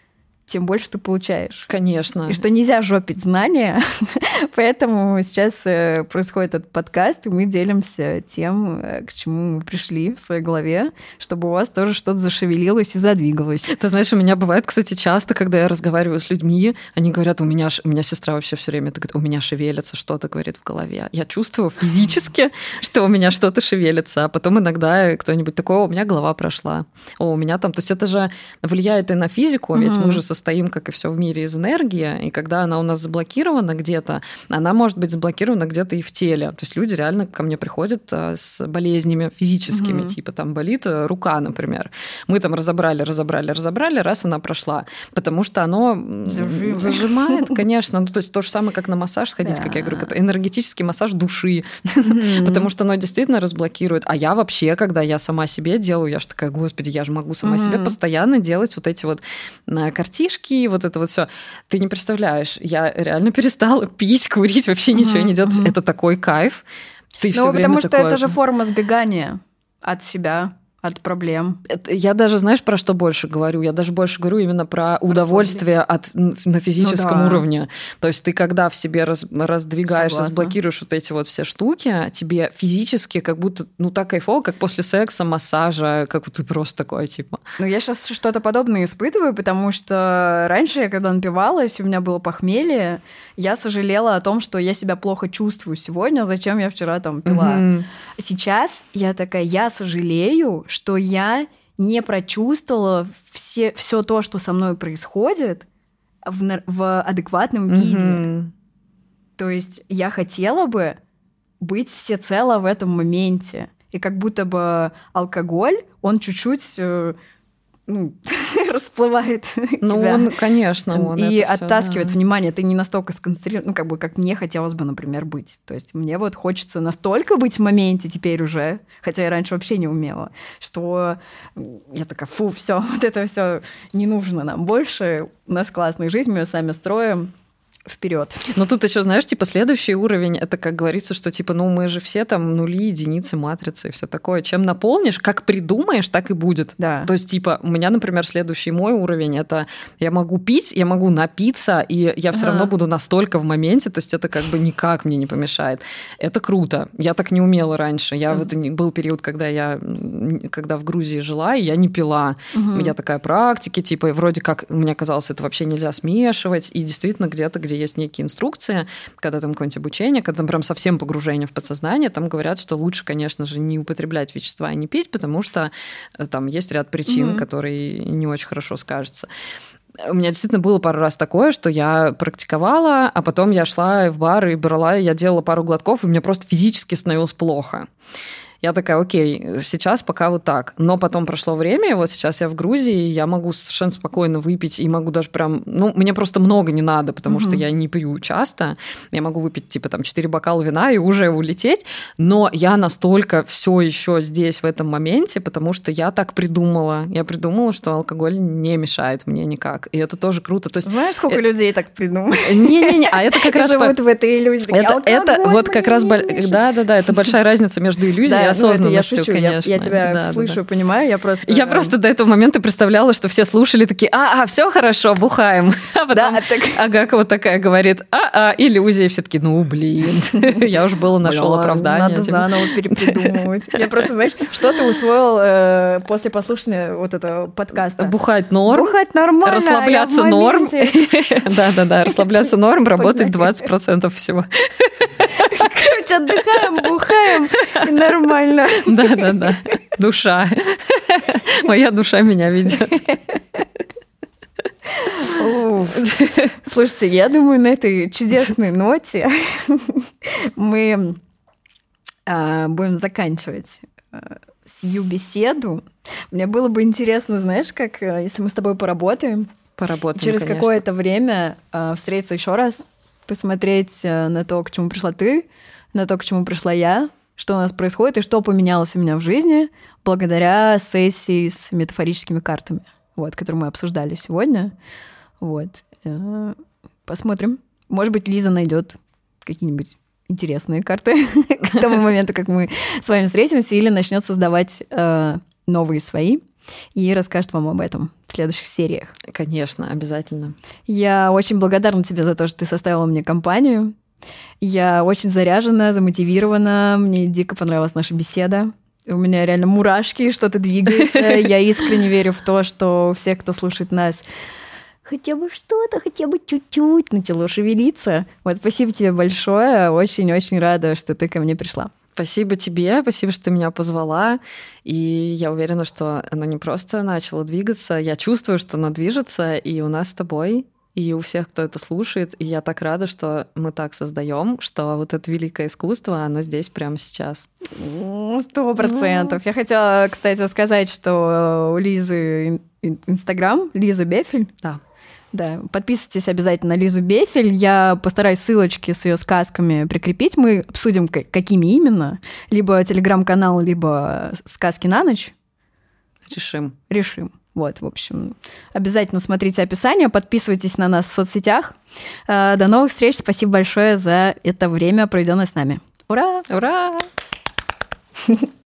тем больше ты получаешь. Конечно. И что нельзя жопить знания, поэтому сейчас происходит этот подкаст, и мы делимся тем, к чему мы пришли в своей голове, чтобы у вас тоже что-то зашевелилось и задвигалось. Ты знаешь, у меня бывает, кстати, часто, когда я разговариваю с людьми, они говорят, у меня, у меня сестра вообще все время говорит, у меня шевелится что-то, говорит, в голове. Я чувствую физически, что у меня что-то шевелится, а потом иногда кто-нибудь такой, о, у меня голова прошла, о, у меня там... То есть это же влияет и на физику, ведь мы же состоим, как и все в мире, из энергии, и когда она у нас заблокирована где-то, она может быть заблокирована где-то и в теле. То есть люди реально ко мне приходят с болезнями физическими, mm-hmm. типа там болит рука, например. Мы там разобрали, разобрали, разобрали, раз она прошла. Потому что оно Зажим. зажимает, конечно. Ну, то есть то же самое, как на массаж сходить, да. как я говорю, это энергетический массаж души. Mm-hmm. Потому что оно действительно разблокирует. А я вообще, когда я сама себе делаю, я же такая, господи, я же могу сама mm-hmm. себе постоянно делать вот эти вот картишки, вот это вот все. Ты не представляешь, я реально перестала пить, курить, вообще ничего uh-huh, не делать. Uh-huh. Это такой кайф. Ты все ну, время потому что такое... это же форма сбегания от себя, от проблем. Я даже, знаешь, про что больше говорю? Я даже больше говорю именно про удовольствие от, на физическом ну, да. уровне. То есть ты, когда в себе раз, раздвигаешь, разблокируешь вот эти вот все штуки, тебе физически как будто, ну, так кайфово, как после секса, массажа, как вот ты просто такой, типа... Ну, я сейчас что-то подобное испытываю, потому что раньше я, когда напивалась, у меня было похмелье, я сожалела о том, что я себя плохо чувствую сегодня, зачем я вчера там пила. Угу. Сейчас я такая, я сожалею, что я не прочувствовала все, все то, что со мной происходит, в, в адекватном виде. Mm-hmm. То есть я хотела бы быть всецело в этом моменте. И как будто бы алкоголь, он чуть-чуть... ну, расплывает ну, тебя. Он, конечно, он и это оттаскивает всё, да. внимание. Ты не настолько сконцентрирован, ну, как бы, как мне хотелось бы, например, быть. То есть мне вот хочется настолько быть в моменте теперь уже, хотя я раньше вообще не умела, что я такая, фу, все, вот это все не нужно нам больше. У нас классная жизнь, мы ее сами строим. Вперед. Но тут еще, знаешь, типа следующий уровень, это как говорится, что типа, ну мы же все там нули, единицы, матрицы и все такое. Чем наполнишь, как придумаешь, так и будет. Да. То есть типа у меня, например, следующий мой уровень, это я могу пить, я могу напиться, и я все ага. равно буду настолько в моменте, то есть это как бы никак мне не помешает. Это круто. Я так не умела раньше. Я ага. вот был период, когда я, когда в Грузии жила, и я не пила. Ага. Я такая практики, типа, и вроде как мне казалось, это вообще нельзя смешивать, и действительно где-то, где есть некие инструкции, когда там какое-нибудь обучение, когда там прям совсем погружение в подсознание, там говорят, что лучше, конечно же, не употреблять вещества и не пить, потому что там есть ряд причин, mm-hmm. которые не очень хорошо скажутся. У меня действительно было пару раз такое, что я практиковала, а потом я шла в бар и брала, я делала пару глотков, и мне просто физически становилось плохо. Я такая, окей, сейчас пока вот так. Но потом прошло время, и вот сейчас я в Грузии, и я могу совершенно спокойно выпить, и могу даже прям... Ну, мне просто много не надо, потому mm-hmm. что я не пью часто. Я могу выпить, типа, там, четыре бокала вина и уже улететь. Но я настолько все еще здесь, в этом моменте, потому что я так придумала. Я придумала, что алкоголь не мешает мне никак. И это тоже круто. То есть... Знаешь, сколько это... людей так придумали? Не-не-не, а это как раз... Живут в этой иллюзии. Это, это вот как раз... Да-да-да, это большая разница между иллюзией и осознанностью, ну, я шучу, конечно. Я, я тебя да, слышу да, и понимаю, я просто... Я просто до этого момента представляла, что все слушали такие, а, а все хорошо, бухаем. А потом да, так... Агакова такая говорит, а, а, иллюзия. Все таки ну, блин, я уже было нашел оправдание. Надо заново перепридумывать. Я просто, знаешь, что ты усвоил после послушания вот этого подкаста? Бухать норм. Бухать нормально. Расслабляться норм. Да-да-да, расслабляться норм, работать двадцать процентов всего. Короче, отдыхаем, бухаем, и нормально. Да-да-да, душа. Моя душа меня ведет. Слушайте, я думаю, на этой чудесной ноте мы будем заканчивать сию беседу. Мне было бы интересно, знаешь, как если мы с тобой поработаем, поработаем, через конечно. какое-то время встретиться еще раз, посмотреть на то, к чему пришла ты, на то, к чему пришла я, что у нас происходит и что поменялось у меня в жизни благодаря сессии с метафорическими картами, вот, которые мы обсуждали сегодня. Вот. Посмотрим. Может быть, Лиза найдет какие-нибудь интересные карты к тому моменту, как мы с вами встретимся, или начнет создавать новые свои. и расскажет вам об этом в следующих сериях. Конечно, обязательно. Я очень благодарна тебе за то, что ты составила мне компанию. Я очень заряжена, замотивирована. Мне дико понравилась наша беседа. У меня реально мурашки, что-то двигается. Я искренне верю в то, что все, кто слушает нас, хотя бы что-то, хотя бы чуть-чуть начало шевелиться. Вот спасибо тебе большое. Очень-очень рада, что ты ко мне пришла. Спасибо тебе, спасибо, что ты меня позвала. И я уверена, что оно не просто начало двигаться. Я чувствую, что оно движется, и у нас с тобой, и у всех, кто это слушает. И я так рада, что мы так создаем, что вот это великое искусство, оно здесь прямо сейчас. Сто процентов. Я хотела, кстати, сказать, что у Лизы Инстаграм, Лиза Бефель. Да. Да, подписывайтесь обязательно на Лизу Бефель. Я постараюсь ссылочки с ее сказками прикрепить. Мы обсудим, какими именно. Либо телеграм-канал, либо сказки на ночь. Решим. Решим. Вот, в общем, обязательно смотрите описание, подписывайтесь на нас в соцсетях. До новых встреч. Спасибо большое за это время, проведенное с нами. Ура! Ура!